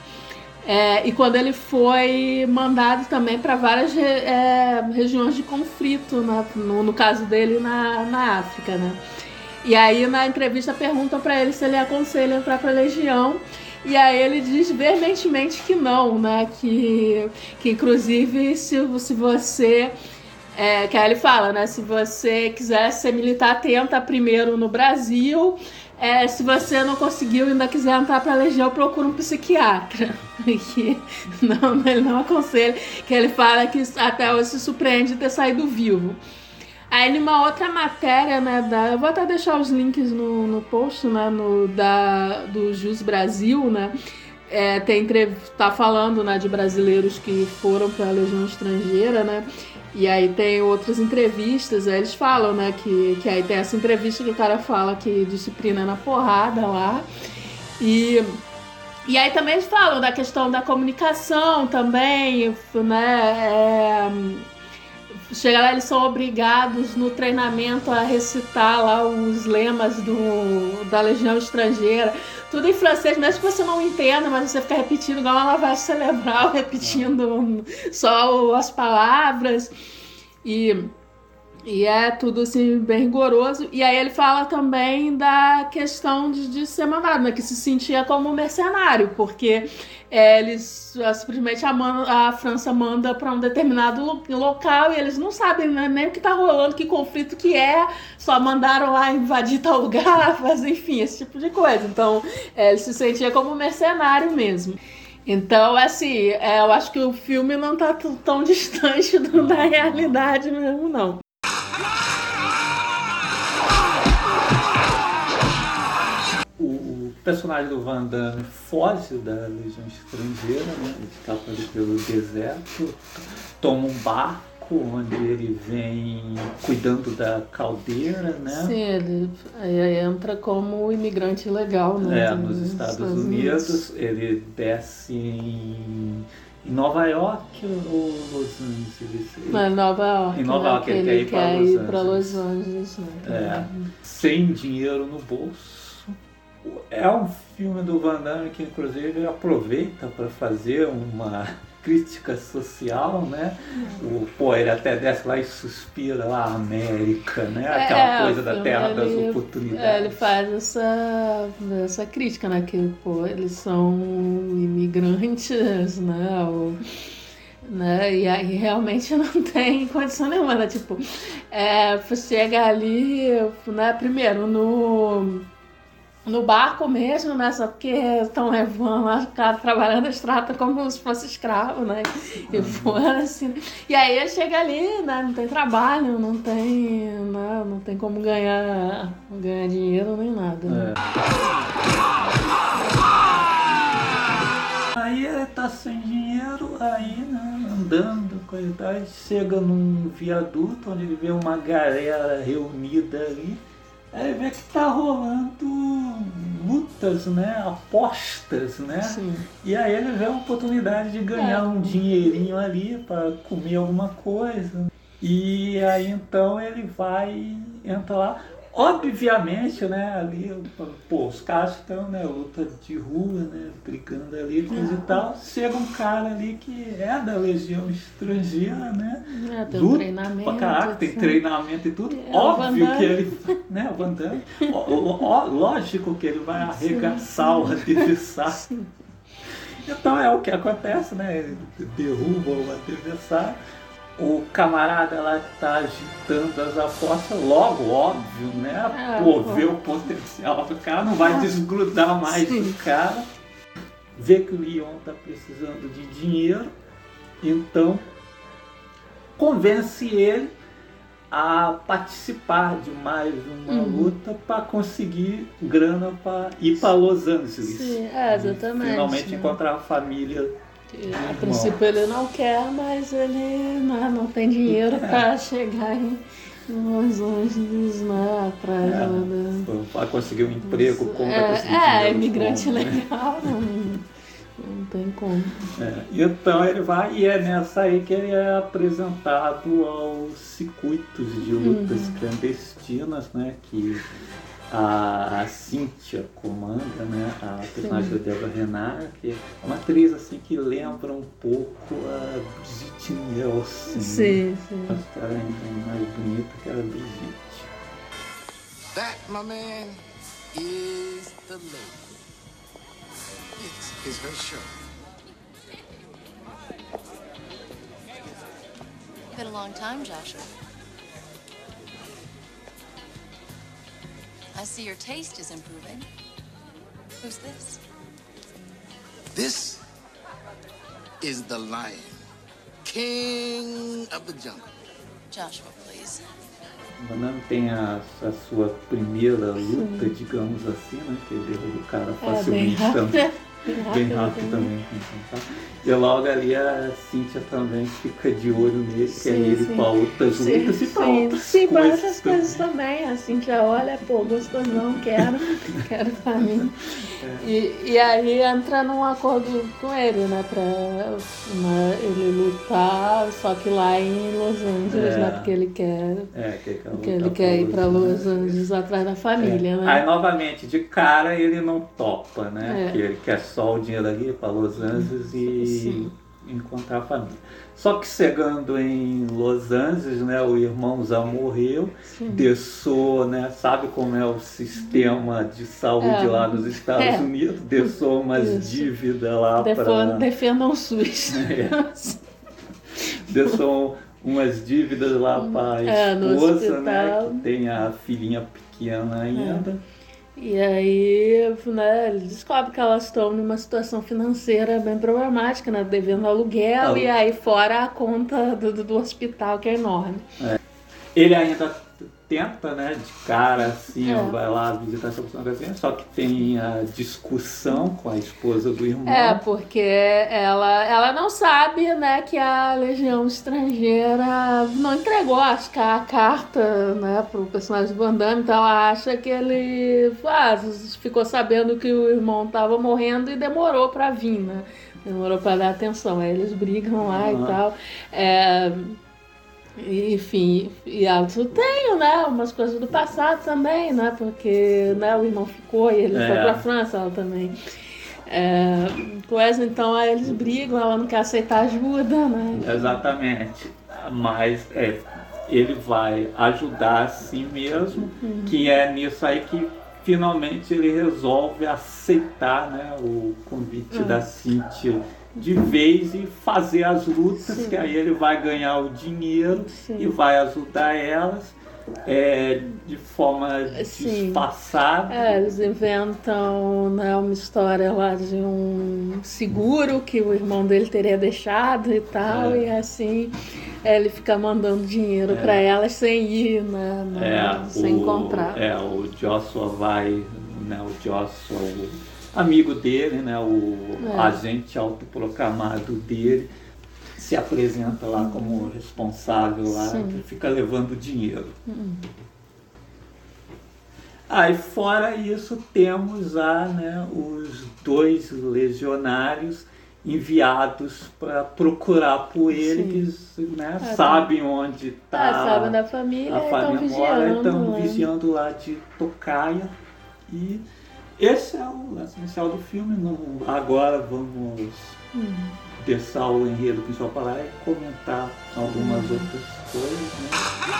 É, e quando ele foi mandado também para várias é, regiões de conflito, né? no, no caso dele na, na África, né? E aí na entrevista perguntam para ele se ele aconselha entrar para a Legião. E aí ele diz veementemente que não, né? Que, que inclusive se, se você... É, que aí ele fala, né? Se você quiser ser militar, tenta primeiro no Brasil. É, se você não conseguiu e ainda quiser entrar para a Legião, procura um psiquiatra. Que não, ele não aconselha. Que ele fala que até hoje se surpreende de ter saído vivo. Aí numa outra matéria, né? Da, eu vou até deixar os links no, no post, né? No, da, do Jus Brasil, né? é, tem tá falando, né, de brasileiros que foram para a Legião Estrangeira, né? E aí tem outras entrevistas, aí eles falam, né, que, que aí tem essa entrevista que o cara fala que disciplina é na porrada lá. E, e aí também eles falam da questão da comunicação também, né? É, chega lá, eles são obrigados no treinamento a recitar lá os lemas do, da Legião Estrangeira. Tudo em francês, mesmo que você não entenda, mas você fica repetindo igual uma lavagem cerebral, repetindo só as palavras. E, e é tudo assim, bem rigoroso. E aí ele fala também da questão de, de ser mandado, né? Que se sentia como mercenário, porque é, eles simplesmente a, man, a França manda para um determinado lo, local e eles não sabem, né, nem o que tá rolando, que conflito que é, só mandaram lá invadir tal lugar, mas enfim, esse tipo de coisa. Então, é, ele se sentia como mercenário mesmo. Então, assim, é, eu acho que o filme não tá t- tão distante do, da realidade mesmo, não. O personagem do Van Damme foge da Legião Estrangeira, né? Ele escapa ali pelo deserto, toma um barco onde ele vem cuidando da caldeira, né? Sim, ele aí entra como imigrante ilegal, né? É, nos Estados, Estados Unidos. Unidos. Ele desce em, em Nova York ou Los Angeles? Não, em Nova York. Em Nova York, né? ele, ele quer ir para Los, Los Angeles. Né? É, sem dinheiro no bolso. É um filme do Van Damme que, inclusive, aproveita para fazer uma crítica social, né? O, pô, ele até desce lá e suspira lá a América, né? Aquela é, coisa da terra ele, das oportunidades. É, ele faz essa, essa crítica, né? Que, pô, eles são imigrantes, né? O, né? E aí realmente não tem condição nenhuma, né? Tipo, é, chega ali, né? Primeiro, no... No barco mesmo, né? Só porque estão levando lá, os caras trabalhando, eles tratam como se fosse escravo, né? E uhum. fora assim. E aí ele chega ali, né? Não tem trabalho, não tem, né? Não tem como ganhar, ganhar dinheiro nem nada. Né? É. Aí ele tá sem dinheiro, aí, né? Andando, coisa, aí chega num viaduto onde ele vê uma galera reunida ali. Aí vê que tá rolando lutas, né? Apostas, né? Sim. E aí ele vê a oportunidade de ganhar é. um dinheirinho ali para comer alguma coisa. E aí então ele vai, entra lá. Obviamente, né, ali, pô, os caras estão, né, luta de rua, né, brigando ali, coisa e tal. Chega um cara ali que é da Legião Estrangeira, né, é, tem luta um treinamento, pra caraca, tem assim. treinamento e tudo. É, óbvio que ele, né, o Van Damme, lógico que ele vai arregaçar o adversário. Então é o que acontece, né, ele derruba o adversário. O camarada lá que tá agitando as apostas, logo, óbvio, né? É, pô, vê o potencial do cara, não vai desgrudar mais Sim. do cara. Vê que o Leon tá precisando de dinheiro, então convence ele a participar de mais uma uhum. luta para conseguir grana para ir para Los Angeles. Sim, é, exatamente. Finalmente né? encontrar a família. A princípio ele não quer, mas ele não, não tem dinheiro é. para chegar em Los Angeles, né, atrás é, da... para conseguir um emprego, como é, vai conseguir É, dinheiro, imigrante como, legal, né? não, não tem como. É, então ele vai, e é nessa aí que ele é apresentado aos circuitos de lutas uhum. clandestinas, né, que a, a Cynthia comanda, né, a personagem da Deborah Renard, que é uma atriz assim que lembra um pouco a Brigitte Nielsen. Sim, sim. Acho que ela é mais bonita que a Brigitte. That, my man, is the lady. This is her show. Been a long time, Joshua. I see your taste is improving. Who's this? This is the lion, king of the jungle. Joshua, please. O Van Damme tem a, a sua primeira luta, Sim. digamos assim, né? Que ele derruba o cara facilmente. É, bem rápido também. E logo ali a Cíntia também fica de olho nele, que é ele para outras lutas e para outras sim, para coisas. outras coisas também. A Cíntia olha, pô, gostosão, quero, quero pra mim. É. E, e aí entra num acordo com ele, né, pra né, ele lutar, só que lá em Los Angeles, É. né, porque ele quer, É, que, que porque ele quer ir pra Los Angeles atrás da família, é. né. Aí novamente, de cara ele não topa, né? É. Que ele quer só o dinheiro ali para Los Angeles e Sim. encontrar a família. Só que chegando em Los Angeles, né, o irmãozão morreu, Sim. deixou, né, sabe como é o sistema de saúde É. lá nos Estados É. Unidos, deixou umas Isso. dívidas lá Defo- para... Defendam o SUS. É. Deixou umas dívidas lá para a É, no esposa, né, hospital. que tem a filhinha pequena ainda. E aí, né, ele descobre que elas estão numa situação financeira bem problemática, né, devendo aluguel, Alu- e aí fora a conta do, do, do hospital, que é enorme. Ele ainda tenta, né, de cara assim, É. vai lá visitar essa pessoa, assim, só que tem a discussão com a esposa do irmão. É, porque ela, ela não sabe, né, que a Legião Estrangeira não entregou, acho que a carta, né, pro personagem do Van Damme, então ela acha que ele ah, ficou sabendo que o irmão tava morrendo e demorou pra vir, né, demorou pra dar atenção, aí eles brigam lá Uhum. e tal. É, enfim, e eu tenho, né, umas coisas do passado também, né, porque né, o irmão ficou e ele É. foi pra França, ela também. É, coisa, então aí eles brigam, ela não quer aceitar ajuda, né? Exatamente. Mas é, ele vai ajudar a si mesmo, Uhum. que é nisso aí que finalmente ele resolve aceitar, né, o convite Uhum. da Cíntia de vez e fazer as lutas, Sim. que aí ele vai ganhar o dinheiro Sim. e vai ajudar elas é, de forma Sim. disfarçada. É, eles inventam, né, uma história lá de um seguro que o irmão dele teria deixado e tal, É. e assim é, ele fica mandando dinheiro É. pra elas sem ir, né, não- É, sem o, encontrar. É, o Joshua vai, né, o Joshua, o amigo dele, né, o É. agente autoproclamado dele, se apresenta lá como responsável lá, Sim. que fica levando dinheiro. Aí fora isso temos lá, né, os dois legionários enviados para procurar por ele, Sim. que né, É, sabem onde está Ah, sabem da família a e estão família mora, vigiando. estão né? vigiando lá de tocaia. E esse é o lance inicial do filme. Não, agora vamos Hum. deixar o enredo principal para lá e comentar algumas outras coisas. Né?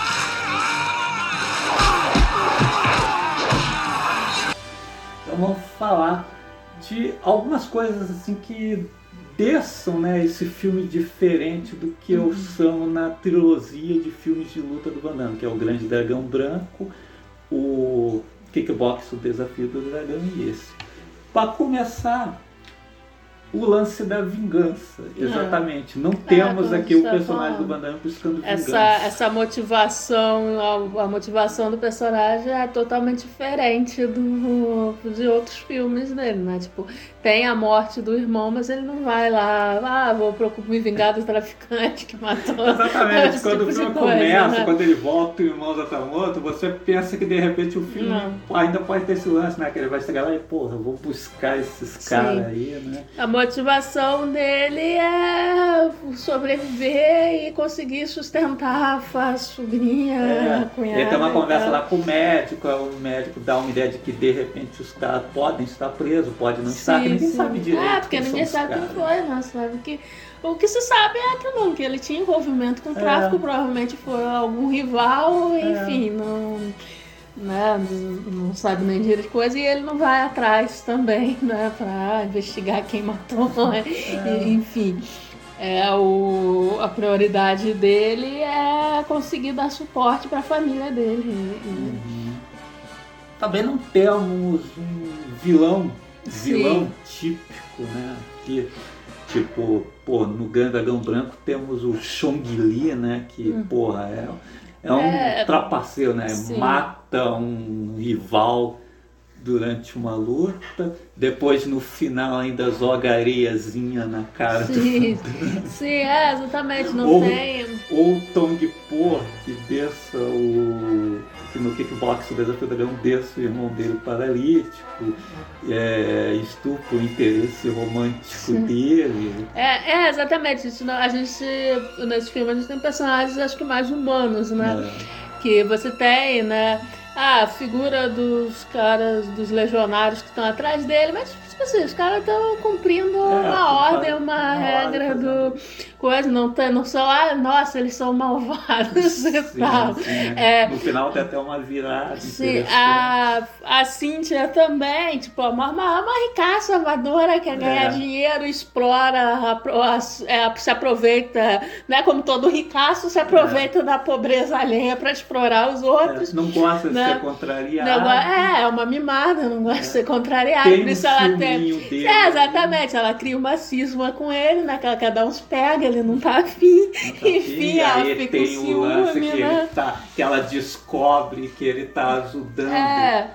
Então vamos falar de algumas coisas assim que desçam, né, esse filme diferente do que eu chamo na trilogia de filmes de luta do Van Damme, que é o Grande Dragão Branco, o Kickbox, o Desafio do Dragão e esse. Para começar, o lance da vingança, exatamente. Não temos como aqui o você tá personagem do falando. Van Damme buscando vingança. Essa, essa motivação, a, a motivação do personagem é totalmente diferente do, de outros filmes dele, né? Tipo, tem a morte do irmão, mas ele não vai lá, ah, vou procurar me vingar do traficante que matou. Exatamente, esse quando tipo o de filme coisa, começa, né? quando ele volta e o irmão já tá morto, você pensa que de repente o filme Não. ainda pode ter esse lance, né? Que ele vai chegar lá e, porra, eu vou buscar esses Sim. caras aí, né? A motivação dele é sobreviver e conseguir sustentar a sobrinha, a É, cunhada. ele tem uma e conversa tal. lá com o médico, aí o médico dá uma ideia de que de repente os caras podem estar presos, pode não estar, que Sim, ninguém sim. sabe direito. É, porque quem ninguém são os sabe quem caras. foi, né? Sabe que, o que se sabe é que não, que ele tinha envolvimento com o tráfico, É. provavelmente foi algum rival, enfim, não, né, não sabe nem direito de coisa, e ele não vai atrás também, né, pra investigar quem matou, né? E, enfim. É, o, a prioridade dele é conseguir dar suporte para a família dele. E- e- Também não temos um vilão, Sim. vilão típico, né? Que, tipo, pô, no Grande Dragão Branco temos o Chong Li, né? Que, porra, é, é um É, trapaceiro, né? sim. Mata um rival durante uma luta, depois no final ainda joga areiazinha na cara Sim, do... sim, é, exatamente, não ou, tem... Ou o Tong Po, que desça o... que no kickbox o Desafio do Dragão desça o irmão dele paralítico, é, estupra o interesse romântico sim. dele. É, é exatamente, isso, a gente, nesse filme a gente tem personagens acho que mais humanos, né? É. Que você tem, né? Ah, a figura dos caras, dos legionários que estão atrás dele, mas tipo assim, os caras estão cumprindo é, uma ordem, uma, uma regra do coisa, não, tem, não são, ah, nossa, eles são malvados sim, e tal. Sim, é. No final tem até uma virada. Sim, a, a Cynthia também, tipo, uma, uma, uma ricaça amadora que quer ganhar é. dinheiro, explora, a, a, a, se aproveita, né, como todo ricaço, se aproveita é. da pobreza alheia para explorar os outros. É. Não gosta de ser contrariada. Não, é, é uma mimada, não gosta é. de ser contrariada. Tem por isso um ela tem. Dele, é, exatamente, ela cria uma cisma com ele, né? Que ela quer dar uns pega, ele não tá afim. Não tá Enfim, ela aí fica tem ciúme, o lance que, né? ele tá, que ela descobre que ele tá ajudando é.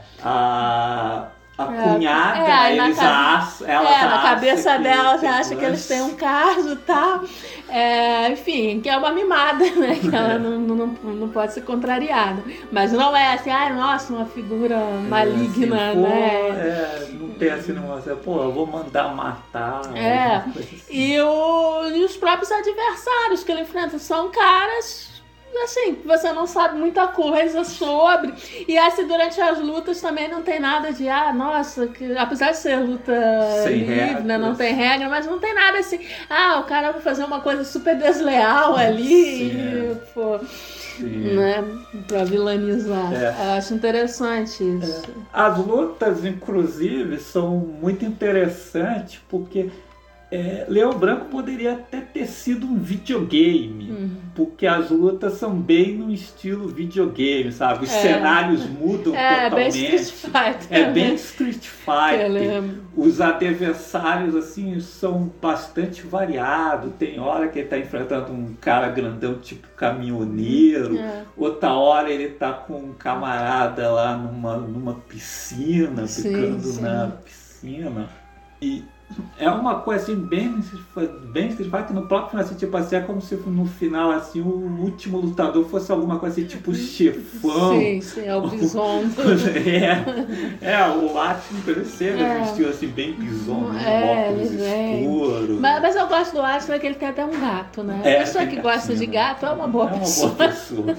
a. A cunhada, é, eles na, acham, ela é, já na cabeça acha dela que já acha que eles têm um caso e tal. É, enfim, que é uma mimada, né? Que ela é. não, não, não pode ser contrariada. Mas não é assim, ai, nossa, uma figura maligna, é, assim, né? É, não tem assim negócio, pô, eu vou mandar matar. É, assim. e, o, e os próprios adversários que ele enfrenta são caras. Assim, você não sabe muita coisa sobre. E assim, durante as lutas também não tem nada de, ah, nossa, que, apesar de ser luta sem livre, regras. né, não tem regra, mas não tem nada assim, ah, o cara vai fazer uma coisa super desleal ali, e, pô, Sim. né, pra vilanizar. É. Eu acho interessante isso. É. As lutas, inclusive, são muito interessantes porque É, Leão Branco poderia até ter sido um videogame, uhum. porque as lutas são bem no estilo videogame, sabe? Os é. cenários mudam é, totalmente. Bem Street Fighter, é bem Street Fighter. Né? Os adversários assim são bastante variados. Tem hora que ele está enfrentando um cara grandão tipo caminhoneiro, é. outra hora ele está com um camarada lá numa, numa piscina, sim, ficando sim. na piscina. E é uma coisa assim, bem, bem Street Fighter, no próprio final, assim, tipo assim, é como se no final, assim, o último lutador fosse alguma coisa assim, tipo chefão. Sim, sim, é o bison. é, é, o Atlas, ele chega é. vestido assim, bem bison, né? É, óculos escuros. Mas, mas eu gosto do Atlas, que ele tem até um gato, né? É, a pessoa que gatinho, gosta de gato é uma boa é uma pessoa. Boa pessoa.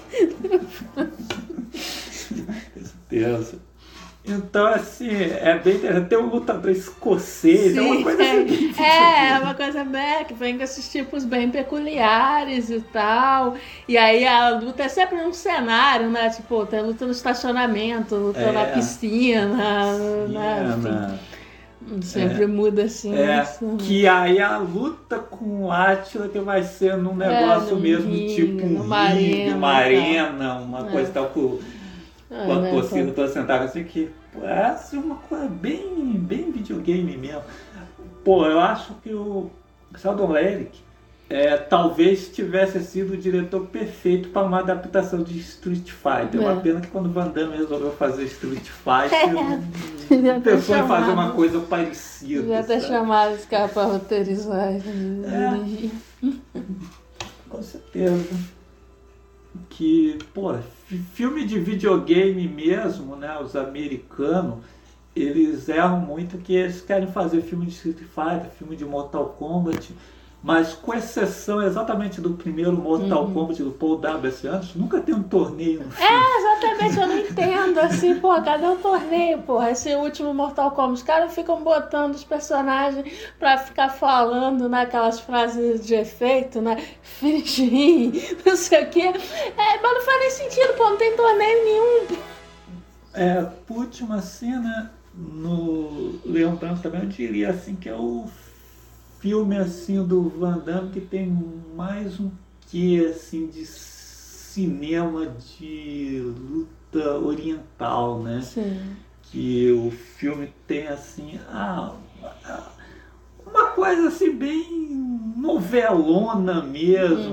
Com certeza. Então, assim, é bem interessante. Tem um lutador escocês, Sim, é uma coisa assim. É, é uma coisa bem, que vem com esses tipos bem peculiares e tal. E aí a luta é sempre num cenário, né? Tipo, tem luta no estacionamento, luta é. na piscina, né? Enfim, sempre é. muda assim. É, isso. Que aí a luta com o Átila que vai ser num negócio é, mesmo, ringue, tipo um uma ringue, arena, uma arena, uma é. coisa tal com. Ah, Com a né, torcida toda sentada assim, que é assim, uma coisa bem, bem videogame mesmo. Pô, eu acho que o Sheldon Lerik é, talvez tivesse sido o diretor perfeito para uma adaptação de Street Fighter. É uma pena que quando o Van Damme resolveu fazer Street Fighter, é. pensou em fazer uma coisa parecida. Já até chamado esse cara para roteirizar. É. Com certeza. Que, pô, filme de videogame mesmo, né, os americanos, eles erram muito que eles querem fazer filme de Street Fighter, filme de Mortal Kombat, mas com exceção exatamente do primeiro Mortal uhum. Kombat do Paul W S. Anderson, nunca tem um torneio no filme. É, exatamente, eu não entendo, assim, pô, cadê o torneio, pô, esse último Mortal Kombat, os caras ficam botando os personagens pra ficar falando, né, aquelas frases de efeito, né, finish him, não sei o quê, é, mas não faz nem sentido, pô, não tem torneio nenhum. É, por último, assim, né, no Leão Branco também, eu diria, assim, que é o filme assim do Van Damme que tem mais um quê assim de cinema de luta oriental, né? Sim. Que o filme tem assim ah, uma coisa assim bem novelona mesmo, uhum.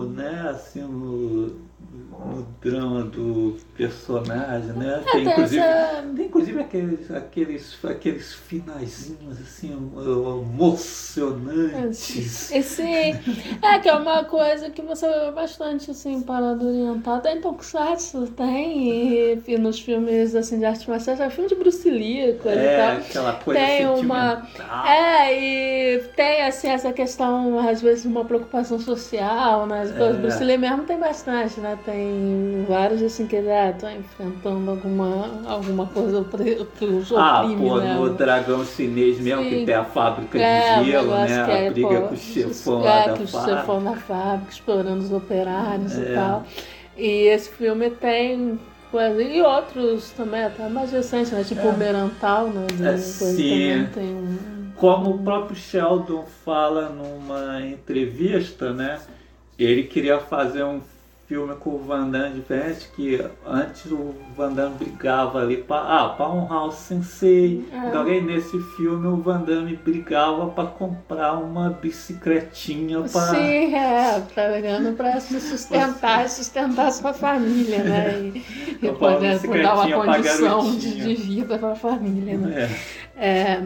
né, assim, no, no drama do personagem, né? É, Tem, tem inclusive, essa- tem inclusive aqueles, aqueles, aqueles finaizinhos assim, emocionantes. Esse é que é uma coisa que você vê bastante assim para orientar. Tem Tokusatsu, tem e, e nos filmes assim de arte marcial, já filme de Bruce Lee, coisa e É, tal. aquela coisa Tem uma sentimental. é e tem assim essa questão às vezes uma preocupação social, né? As coisas. É. Bruce Lee mesmo tem bastante, né? Tem vários assim que já estão enfrentando alguma alguma coisa que os Ah, oprime, pô, né? no Dragão Chinês mesmo, Sim. que tem a fábrica É, de o gelo, negócio né? que A é, briga pô, com o chefão é, lá da que o fábrica. chefão da fábrica, explorando os operários É. e tal. E esse filme tem coisa, e outros também, até mais recentes, né? Tipo É. o Merantal, né? De É, coisa sim. também tem um... Como o próprio Sheldon fala numa entrevista, né? Ele queria fazer um filme com o Van Damme diferente, que antes o Van Damme brigava ali para ah, para honrar o Sensei. É. Então aí nesse filme o Van Damme brigava para comprar uma bicicletinha para Sim, é, tá ligando pra se sustentar e sustentar sua família, né? E, e Comprar uma poder dar bicicletinha uma pra condição de, garotinha. de vida pra família, né? É. É,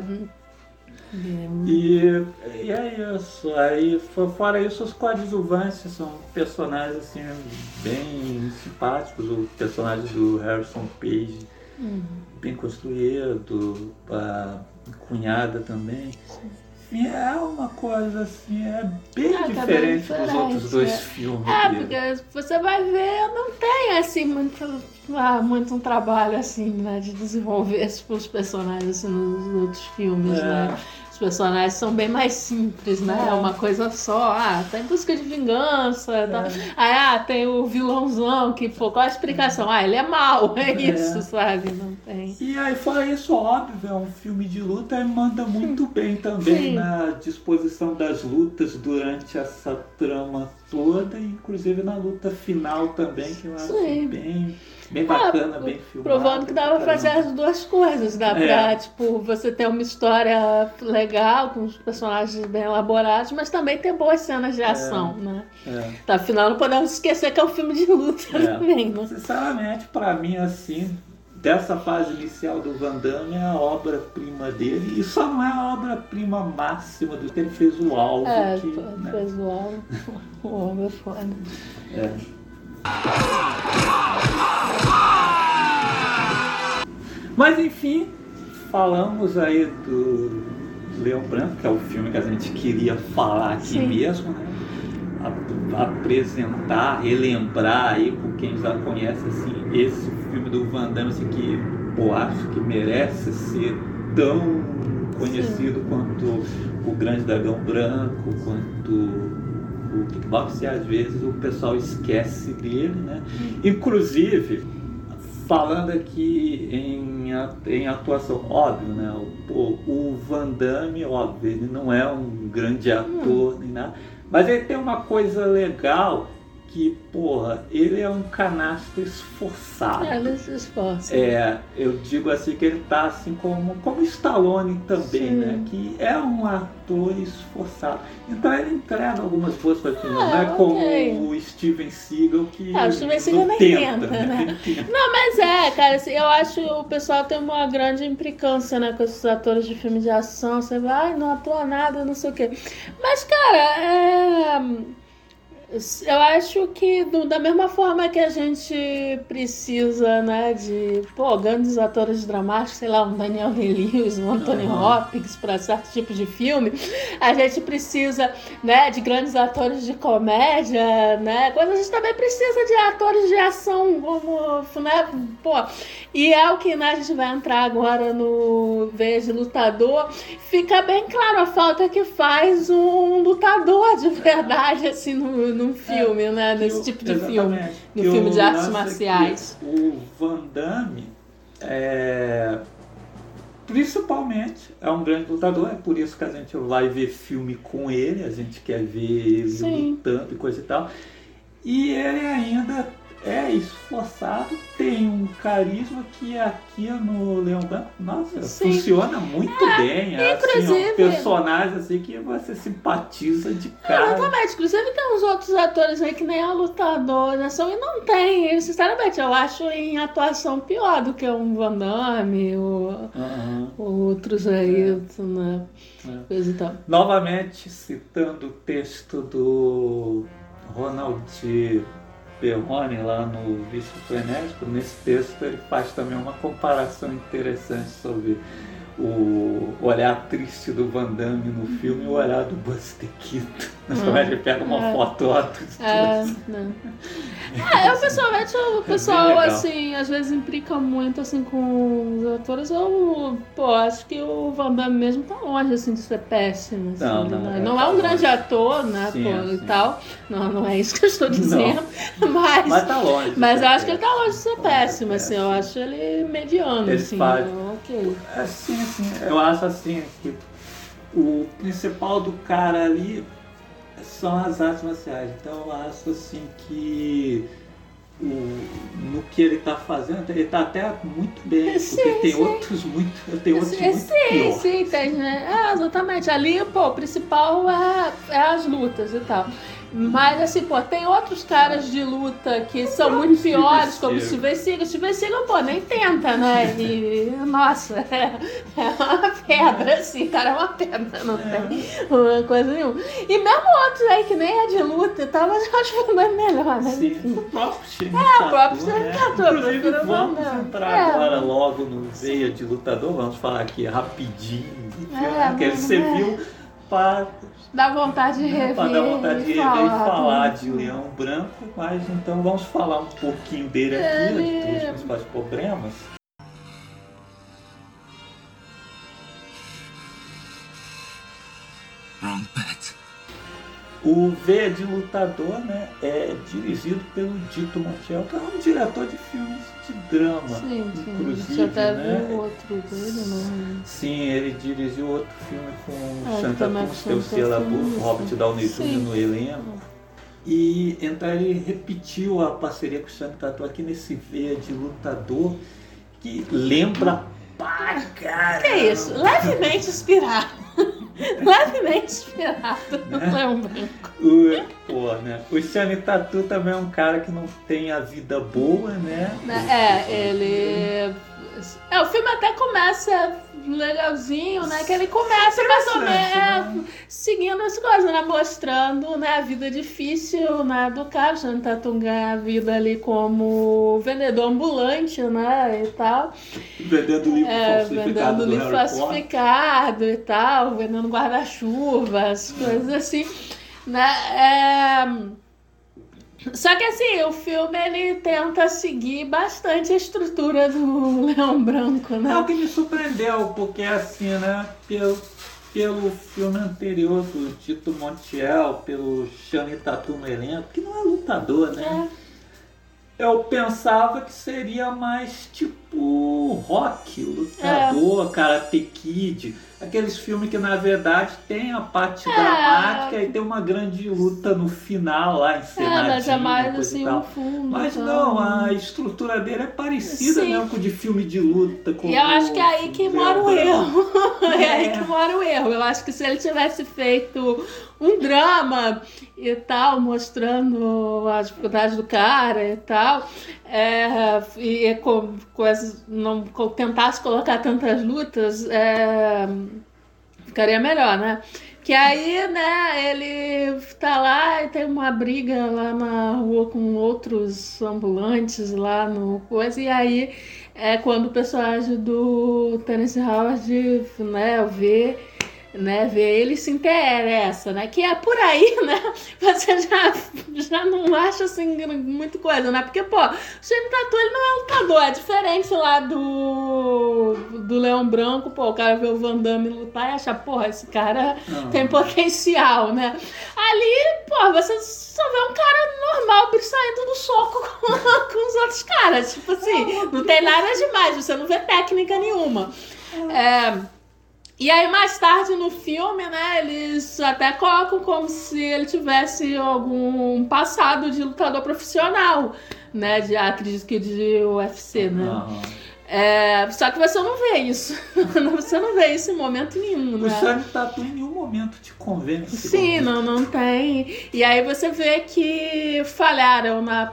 E, e é isso. Aí, fo- fora isso, os coadjuvantes são personagens assim, bem simpáticos. O personagem do Harrison Page, bem construído, a cunhada também. Enfim, é uma coisa assim, é bem Ah, tá bem diferente dos diferente, outros dois é. filmes É, dele. porque você vai ver, não tem assim muito, ah, muito um trabalho assim, né, de desenvolver os personagens assim, nos outros filmes, É. né? Os personagens são bem mais simples, né? É uma coisa só, ah, tá em busca de vingança, tá. Aí, ah, tem o vilãozão que, pô, qual a explicação? Ah, ele é mau, é isso, sabe? Não tem. E aí, fora isso, óbvio, é um filme de luta e manda muito bem também Sim. na disposição das lutas durante essa trama toda, inclusive na luta final também, que eu acho Sim. bem, bem bacana, Ah, bem filmado. Provando que dá pra fazer caramba. as duas coisas. Dá É. pra, tipo, você ter uma história legal, com os personagens bem elaborados, mas também ter boas cenas de ação, né? É. Tá, afinal, não podemos esquecer que é um filme de luta É. também, né? Sinceramente, pra mim, assim, dessa fase inicial do Van Damme é a obra-prima dele, e só não é a obra-prima máxima do que ele fez o Alvo, É, que, pô, né, visual, o homem é foda. é. Mas enfim, falamos aí do Leão Branco, que é o filme que a gente queria falar aqui Sim. mesmo, né? A- apresentar, relembrar aí com quem já conhece assim, esse filme do Van Damme assim, que eu acho que merece ser tão conhecido quanto o Grande Dragão Branco, quanto o Kickboxer, e às vezes o pessoal esquece dele, né? Inclusive, falando aqui em, a- em atuação, óbvio, né? O, o Van Damme, óbvio, ele não é um grande ator nem nada, mas ele tem uma coisa legal que, porra, ele é um canastro esforçado. É, ele se esforça. É, eu digo assim que ele tá assim como, como Stallone também, Sim. né? Que é um ator esforçado. Então ele entrega algumas boas coisas, não Ah, é como ok. o Steven Seagal que Ah, o Steven Seagal não nem tenta, tenta, né? Nem tenta. Não, mas é, cara, assim, eu acho que o pessoal tem uma grande implicância, né, com esses atores de filme de ação. Você vai, ai, não atua nada, não sei o quê. Mas, cara, é. Eu acho que do- da mesma forma que a gente precisa, né, de, pô, grandes atores dramáticos, sei lá, um Daniel Day-Lewis, um Anthony Aham. Hopkins para certo tipo de filme, a gente precisa, né, de grandes atores de comédia, né, quando a gente também precisa de atores de ação, como, né, pô, e é o que, né, a gente vai entrar agora no Veias de Lutador, fica bem claro a falta que faz um lutador de verdade, assim, no, num filme, né? Que Nesse o- tipo de filme. exatamente. No Que filme o de artes lance é que marciais. O Van Damme é, principalmente é um grande lutador, é por isso que a gente vai ver filme com ele, a gente quer ver ele Sim. lutando e coisa e tal. E ele ainda é esforçado, tem um carisma que aqui no Leão Branco, nossa, Sim. funciona muito É, bem. É, inclusive- assim, ó, um personagem assim que você simpatiza de cara. Exatamente, inclusive tem uns outros atores aí que nem a lutadora são e não tem. E, sinceramente, eu acho em atuação pior do que o Van Damme, o, Aham. outros aí, né? É. Coisa e tal. Novamente citando o texto do Ronald Perrone lá no Vício Frenético, nesse texto ele faz também uma comparação interessante sobre o olhar triste do Van Damme no filme e o olhar do Buster Keaton. Hum. Ele pega uma É. foto lá dos É, dois. não. É, eu pessoalmente, o pessoal, legal. assim, às vezes implica muito, assim, com os atores. Eu, pô, acho que o Van Damme mesmo tá longe, assim, de ser péssimo, assim, Não, né? não, é, não tá é um longe. grande ator, né, Sim, pô, sim. e tal. Não, não é isso que eu estou dizendo, mas... Mas tá longe. Mas de eu ser acho que ele tá longe de ser péssimo. péssimo, assim, eu acho ele mediano, Ele assim, faz- ok. Assim, assim, eu acho assim que o principal do cara ali são as artes marciais. Então eu acho assim que o, no que ele tá fazendo, ele tá até muito bem, Sim, porque tem sim. outros muito. Tem outros Sim, muito sim, pior. sim, tem, né? É, exatamente. Ali, pô, o principal é, é as lutas e tal. Mas, assim, pô, tem outros caras de luta que são muito Steven piores, como o Seagal. Steven Seagal. O Steven Seagal, pô, nem tenta, né? E, nossa, é, é uma pedra, assim, cara, é uma pedra, não tem uma coisa nenhuma. E mesmo outros aí que nem é de luta e tal, mas eu acho que não é melhor, né? Sim, Enfim. o próprio Shane É, o próprio Tatum, Shane né? Tatum, Inclusive, eu prefiro vamos Van Damme. entrar É. agora logo no Veia de Lutador. Vamos falar aqui rapidinho do filme, É, né? Que ele vamos, você é. viu para Dá vontade de rever. Para dar vontade de e rever e falar, falar né? de Leão Branco, mas então vamos falar um pouquinho dele aqui, Ele- dos principais problemas. Wrong bet. O Veia de Lutador, né, é dirigido pelo Dito Montiel, que é um diretor de filmes de drama, Sim, sim. inclusive, Você até né? viu outro dele, não? Sim, ele dirigiu outro filme com É, Chantal também Tatum, com que é o Chantal Ciela Tatum, Burro, Robert sim. Downey Sim. júnior no elenco. E então ele repetiu a parceria com o Chantal Tatum aqui nesse Veia de Lutador, que lembra pra caramba. Que é isso? Levemente inspirado. Levemente inspirado no Né? Leão Branco. O, pô, né? O Channing Tatum também é um cara que não tem a vida boa, né? É, ele. É, o filme até começa legalzinho, né? Que ele começa mais ou Interessante, menos seguindo as coisas, né? Mostrando, né, a vida difícil, né, do cara. O Channing Tatum ganha a vida ali como vendedor ambulante, né? E tal. Vendendo livro É, falsificado vendendo do livro Harry Potter. falsificado e tal, vendendo guarda-chuvas, coisas assim, né? É... Só que assim, o filme ele tenta seguir bastante a estrutura do Leão Branco, É o né? que me surpreendeu, porque assim, né, pelo, pelo filme anterior do Tito Montiel, pelo Channing Tatum no elenco, que não é lutador, né? Eu pensava que seria mais tipo Rock, lutador, Karate Kid, aqueles filmes que na verdade tem a parte É. dramática e tem uma grande luta no final lá, É, encenadinha, mas é mais coisa e assim tal. um fundo. Mas tal. não, a estrutura dele é parecida Sim. mesmo com de filme de luta. E eu acho que é aí que mora o erro. É aí É. que mora o erro. Eu acho que se ele tivesse feito um drama e tal, mostrando as dificuldades do cara e tal, é, e com, com as, não com- tentasse colocar tantas lutas, é, ficaria melhor, né? Que aí, né, ele tá lá e tem uma briga lá na rua com outros ambulantes lá no coisa, e aí é quando o personagem do Terence Howard, né, vê, né, vê ele se interessa, né, que é por aí, né, você já, já não acha, assim, muita coisa, né, porque, pô, o Channing Tatum, ele não é lutador, é diferente lá do, do Leão Branco, pô, o cara vê o Van Damme lutar e acha, porra, esse cara Não. tem potencial, né, ali, pô, você só vê um cara normal saindo do soco com, com os outros caras, tipo assim, não tem nada demais, você não vê técnica nenhuma. É, e aí mais tarde no filme, né, eles até colocam como se ele tivesse algum passado de lutador profissional, né? De, acredito que de U F C, né? Aham. É, só que você não vê isso. Você não vê isso em momento nenhum, O né? Channing Tatum em nenhum momento te convence. Sim, não, não tem. E aí você vê que falharam na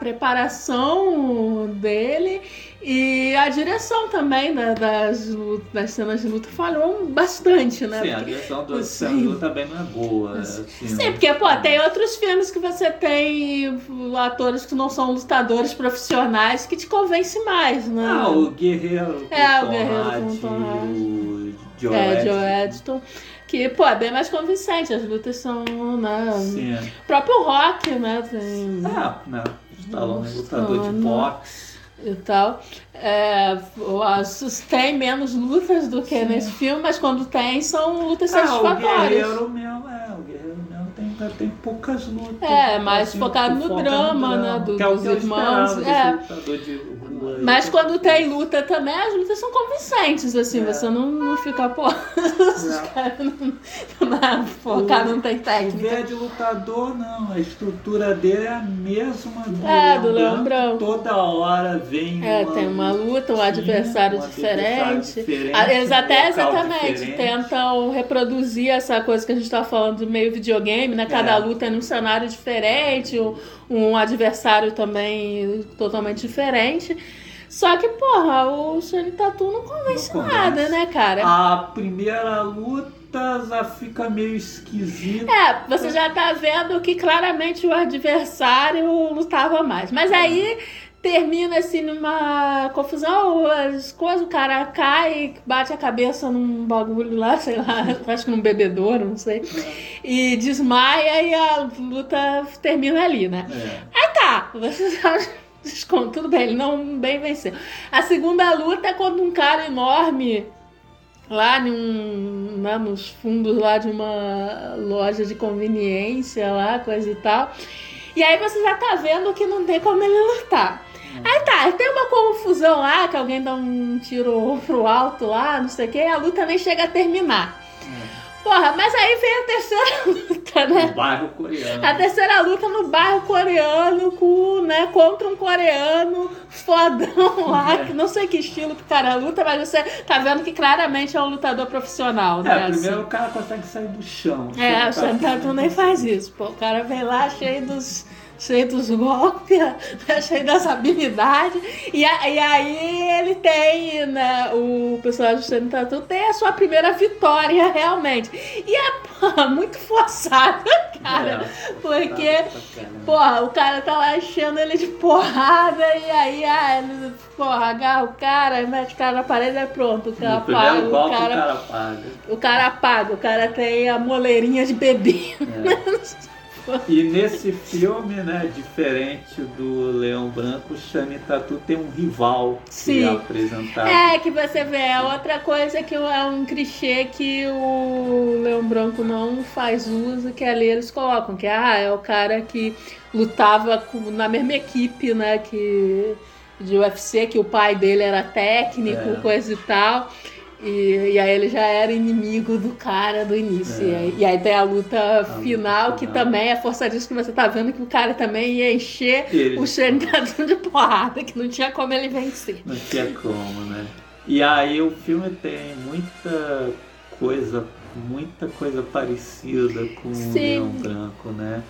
preparação dele e a direção também, né, das, lu- das cenas de luta falhou bastante, né? Sim, a Porque- direção do Sim. Channing também não é boa. Assim, Sim, né? porque, pô, tem outros filmes que você tem atores que não são lutadores profissionais que te convencem mais, né? Ah, o Guerreiro com É, o Tom Guerreiro com Hardy, Tom Hardy. o Joe É, Edgerton. Joe Edgerton. Que, pô, é bem mais convincente. As lutas são, né? Sim. O próprio Rock, né? Tem Ah, não. Stallone é lutador de Stallone. boxe. e tal. É, as- tem menos lutas do que nesse filme, mas quando tem, são lutas Ah, o satisfatórias. Guerreiro mesmo, é. O Guerreiro mesmo tem, tem poucas lutas. É, mais assim, focado que no foca drama, né, drama, do- que é o dos que eu irmãos, esperava é. desse lutador de rua. Mas quando tem luta também, as lutas são convincentes, assim, É. você não, não fica, pô, os caras não, não, pô, o cara não tem O técnica. velho de lutador, não. A estrutura dele é a mesma do, É, do Leão Branco. Toda hora vem É, uma, tem uma luta, um sim, adversário um diferente. adversário diferente, Ah, eles até um local exatamente diferente. tentam reproduzir essa coisa que a gente tá falando de meio videogame, né? Cada É. luta é num cenário diferente, um, um adversário também totalmente diferente. Só que, porra, o Channing Tatum não convence Não convence. nada, né, cara? A primeira luta já fica meio esquisita. É, você já tá vendo que claramente o adversário lutava mais. Mas aí termina assim numa confusão, as coisas, o cara cai, bate a cabeça num bagulho lá, sei lá, acho que num bebedouro, não sei. E desmaia e a luta termina ali, né? É. Aí tá, você desconto, tudo bem, ele não bem venceu. A segunda luta é quando um cara enorme lá num, né, nos fundos lá de uma loja de conveniência lá, coisa e tal. E aí você já tá vendo que não tem como ele lutar. Aí tá, tem uma confusão lá, que alguém dá um tiro pro alto lá, não sei o que, e a luta nem chega a terminar. Porra, mas aí vem a terceira luta, No né? bairro coreano. A terceira luta no bairro coreano com, né, contra um coreano fodão lá, É. que não sei que estilo que o cara luta, mas você tá vendo que claramente é um lutador profissional, né? É, primeiro assim. o cara consegue sair do chão. É, o Channing Channing Tatum nem faz isso. Pô, o cara vem lá cheio dos, cheio dos golpes, né, cheio das habilidades. E, a- e aí ele tem, né, o personagem do Channing Tatum tem a sua primeira vitória, realmente. E é, porra, muito forçado, cara. É, Porque, tá, tá, cara. porra, o cara tá lá enchendo ele de porrada e aí, ah, ele, porra, agarra o cara, mete o cara na parede e pronto, o cara No primeiro apaga, golpe o o cara, cara paga. o cara apaga, o cara tem a moleirinha de bebê. É. E nesse filme, né, diferente do Leão Branco, o Channing Tatum tem um rival que Sim. é apresentado. É, que você vê, é outra coisa que é um clichê que o Leão Branco não faz uso, que ali eles colocam, que ah, é o cara que lutava com- na mesma equipe, né, que de U F C, que o pai dele era técnico, É. coisa e tal. E, e aí ele já era inimigo do cara do início. É. E, aí, e aí tem a luta luta final, que final. também é força disso que você tá vendo que o cara também ia encher Ele- o Channing Tatum de porrada, que não tinha como ele vencer. Não tinha como, né? E aí o filme tem muita coisa, muita coisa parecida com o Sim. Leão Branco, né?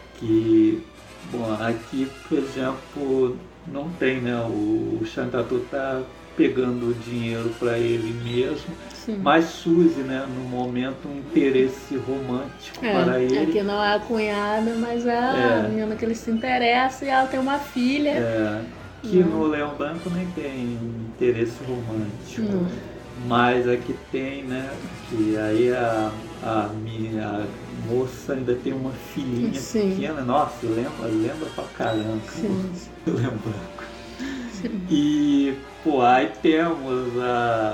Que, bom, aqui, por exemplo, não tem, né? O, o Channing Tatum tá pegando o dinheiro para ele mesmo, Sim. mas surge, né, no momento, um interesse romântico para É, ele. aqui não é a cunhada, mas é a É. menina que ele se interessa e ela tem uma filha. É, que Não. no Leão Branco nem tem interesse romântico. Não. Mas aqui tem, né? Que aí a, a minha moça ainda tem uma filhinha Sim. pequena. Nossa, lembra, lembra pra caramba. Sim. Eu lembro branco. Sim. E, pô, aí temos a,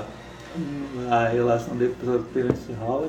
a relação dele com o Terence Howard.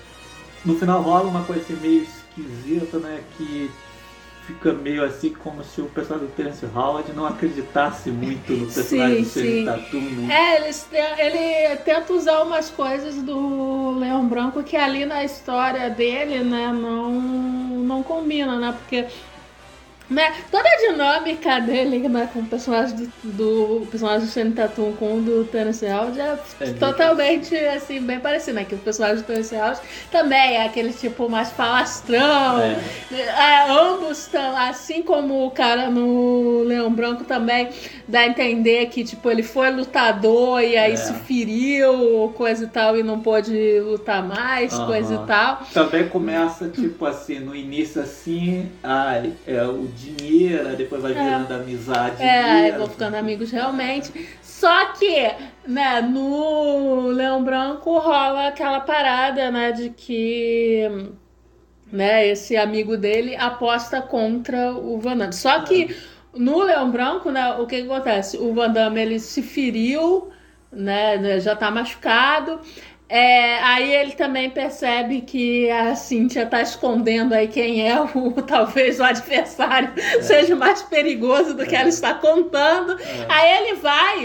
No final rola uma coisa assim meio esquisita, né? Que fica meio assim como se o personagem do Terence Howard não acreditasse muito no personagem Sim, do Channing sim. Tatum. Né? É, eles te- ele tenta usar umas coisas do Leão Branco que ali na história dele, né, não, não combina, né? Porque Né? Toda a dinâmica dele, né, com o personagem do, do personagem do Channing Tatum com o do Terence Howard é, É totalmente assim, bem parecido, né? Que o personagem do Terence Howard também é aquele tipo mais falastrão. É. É, ambos estão, assim como o cara no Leão Branco também dá a entender que tipo, ele foi lutador e aí É. se feriu, coisa e tal, e não pôde lutar mais, Aham. coisa e tal. Também começa, tipo assim, no início assim, ai, é o dinheiro, aí depois vai virando amizade. É, aí mesmo. vão ficando amigos realmente. Só que, né, no Leão Branco rola aquela parada, né, de que, né, esse amigo dele aposta contra o Van Damme. Só que no Leão Branco, né, o que, que acontece? O Van Damme, ele se feriu, né, já tá machucado. É, aí ele também percebe que a Cynthia tá escondendo aí quem é o, talvez o adversário seja mais perigoso do que ela está contando. Aí ele vai,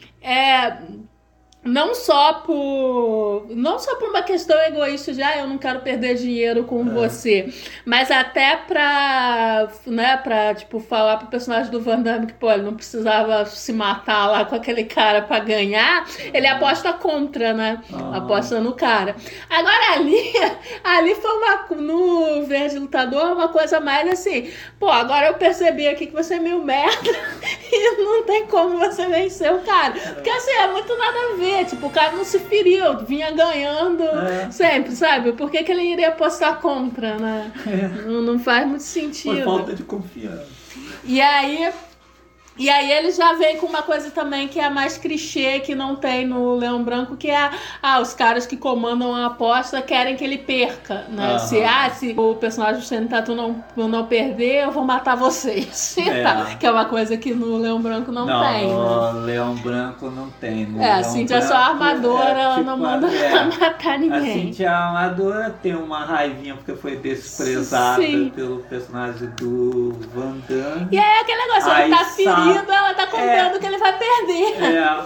é, não só por não só por uma questão egoísta de ah, eu não quero perder dinheiro com você, mas até pra, né, pra tipo, falar pro personagem do Van Damme que pô, ele não precisava se matar lá com aquele cara pra ganhar, ele aposta contra, né? Ah. Aposta no cara. Agora ali, ali foi uma, no Verde Lutador, uma coisa mais assim, pô, agora eu percebi aqui que você é meio merda e não tem como você vencer o cara. Porque assim, é muito nada a ver. Tipo, o cara não se feriu, vinha ganhando É. sempre, sabe? Por que, que ele iria apostar contra, né? É. Não, não faz muito Foi sentido. falta de confiança. E aí, e aí ele já vem com uma coisa também que é mais clichê, que não tem no Leão Branco, que é ah, os caras que comandam a aposta querem que ele perca, né? Aham. Se, ah, se o personagem do Channing Tatum não, não perder, eu vou matar vocês. É. Tá? Que é uma coisa que no Leão Branco não, tem, né? no Leão Branco não tem. No É, a Leão Cynthia é só Branco armadora, é ela tipo não manda a- é. matar A ninguém. Cynthia armadora tem uma raivinha porque foi desprezada Sim. pelo personagem do Van Damme. E aí aquele negócio, Aí ele tá sabe- ferido, ela tá contando É. que ele vai perder. É,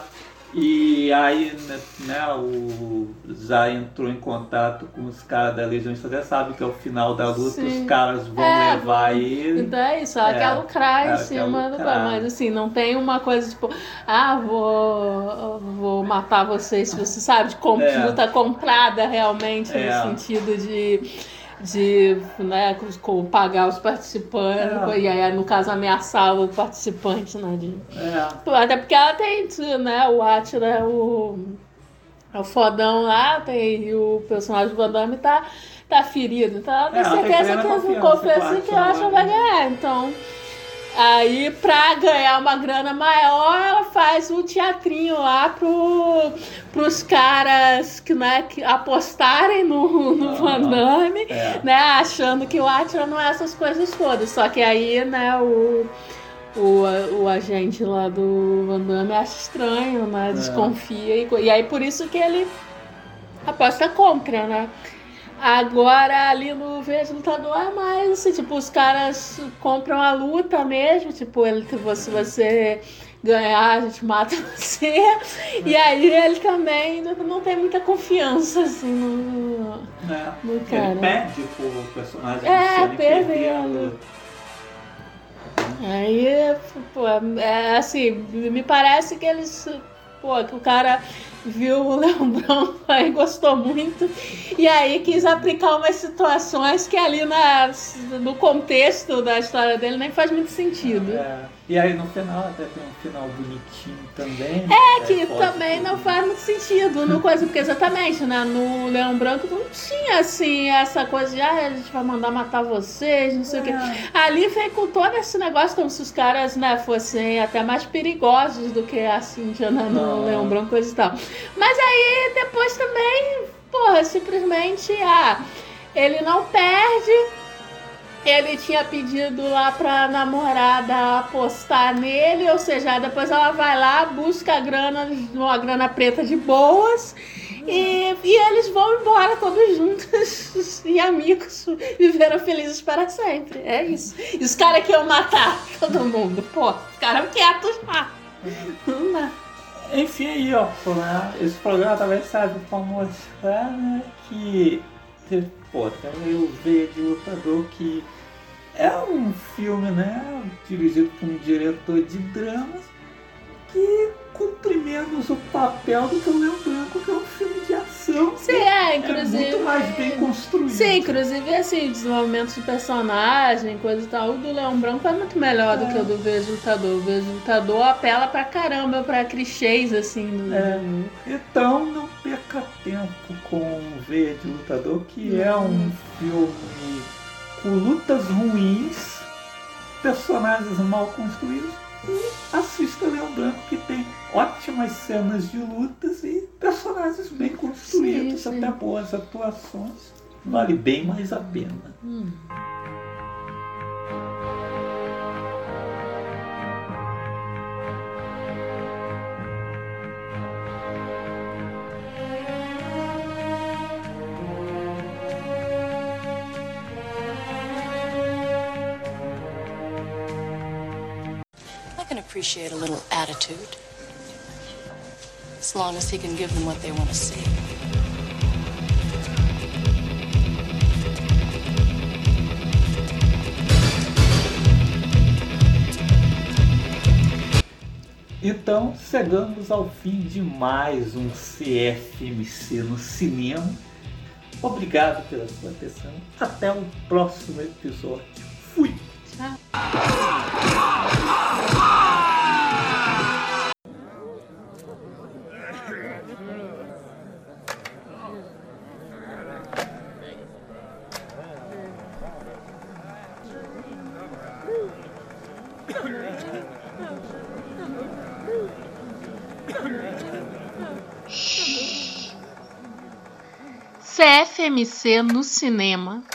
e aí, né, o já entrou em contato com os caras da Legião, você já sabe que ao final da luta Sim. os caras vão É, levar ele. Então é isso, ela É, quer lucrar ela em quer cima do lucrar. mas assim, não tem uma coisa tipo, ah, vou, vou matar vocês, se você sabe, de com- É. luta comprada realmente, É. no sentido de, de né, com- pagar os participantes, É. e aí no caso ameaçar o participante, né, de... É, Até porque ela tem, né, o Átila, o, o fodão lá, tem, e o personagem do Van Damme tá, tá ferido. Então ela tem É, ela tem certeza plena que eu confiança confesso que que o eu acho que Átila vai vai ganhar. Então, aí pra ganhar uma grana maior, ela faz um teatrinho lá pro, pros caras que, né, que apostarem no, no Ah, Van Damme, é. né, achando que o Átila não é essas coisas todas. Só que aí, né, o... O, o agente lá do Van Damme acha estranho, né? Desconfia. E, co- e aí por isso que ele aposta contra, né? Agora ali no Verde Lutador é mais assim, tipo, os caras compram a luta mesmo, tipo, ele, se você, você ganhar, a gente mata você. E aí ele também não, não tem muita confiança, assim, no. né? No cara. Ele pede pro personagem É, do Channing perder a perdendo. luta. Aí, pô, é assim, me parece que eles, pô, que o cara viu o Leão Branco aí, gostou muito, e aí quis aplicar umas situações que ali na, no contexto da história dele nem faz muito sentido. É. E aí no final até tem um final bonitinho também. É Aí que pode também tudo. não faz muito sentido no coisa, porque exatamente, né, no Leão Branco não tinha assim essa coisa de ah, a gente vai mandar matar vocês, não sei o quê. Ali vem com todo esse negócio como se os caras, né, fossem até mais perigosos do que a Cynthia, né, no Não. Leão Branco, coisa e tal. Mas aí depois também, porra, simplesmente, ah, ele não perde. Ele tinha pedido lá pra namorada apostar nele, ou seja, depois ela vai lá, busca a grana, uma grana preta de boas, e, e eles vão embora todos juntos e amigos, viveram felizes para sempre. É isso. E os caras que iam matar todo mundo, pô, ficaram quietos lá. Não dá. Enfim, aí, ó, né? Esse programa talvez serve pra mostrar, né, que, que, pô, tem o Verde Lutador que é um filme, né, dirigido por um diretor de dramas que cumpre menos o papel do que o Leão Branco, que é um filme de ação. Sim, é, inclusive. É muito mais bem construído. Sim, inclusive, assim, desenvolvimento de personagem, coisa e tal. O do Leão Branco é muito melhor do É. que o do Vejo Lutador. O Vejo Lutador apela pra caramba pra clichês, assim, do... É. Então não perca tempo com Veia de Lutador, que é um filme com lutas ruins, personagens mal construídos, e assista Leão Branco, que tem ótimas cenas de lutas e personagens bem construídos, Sim, sim. até boas atuações. Vale bem mais a pena. Hum. I can appreciate a little attitude. As long as he can give them what they want to see. Então, chegamos ao fim de mais um C F M C no cinema. Obrigado pela sua atenção. Até o próximo episódio. Fui! C F M C no cinema.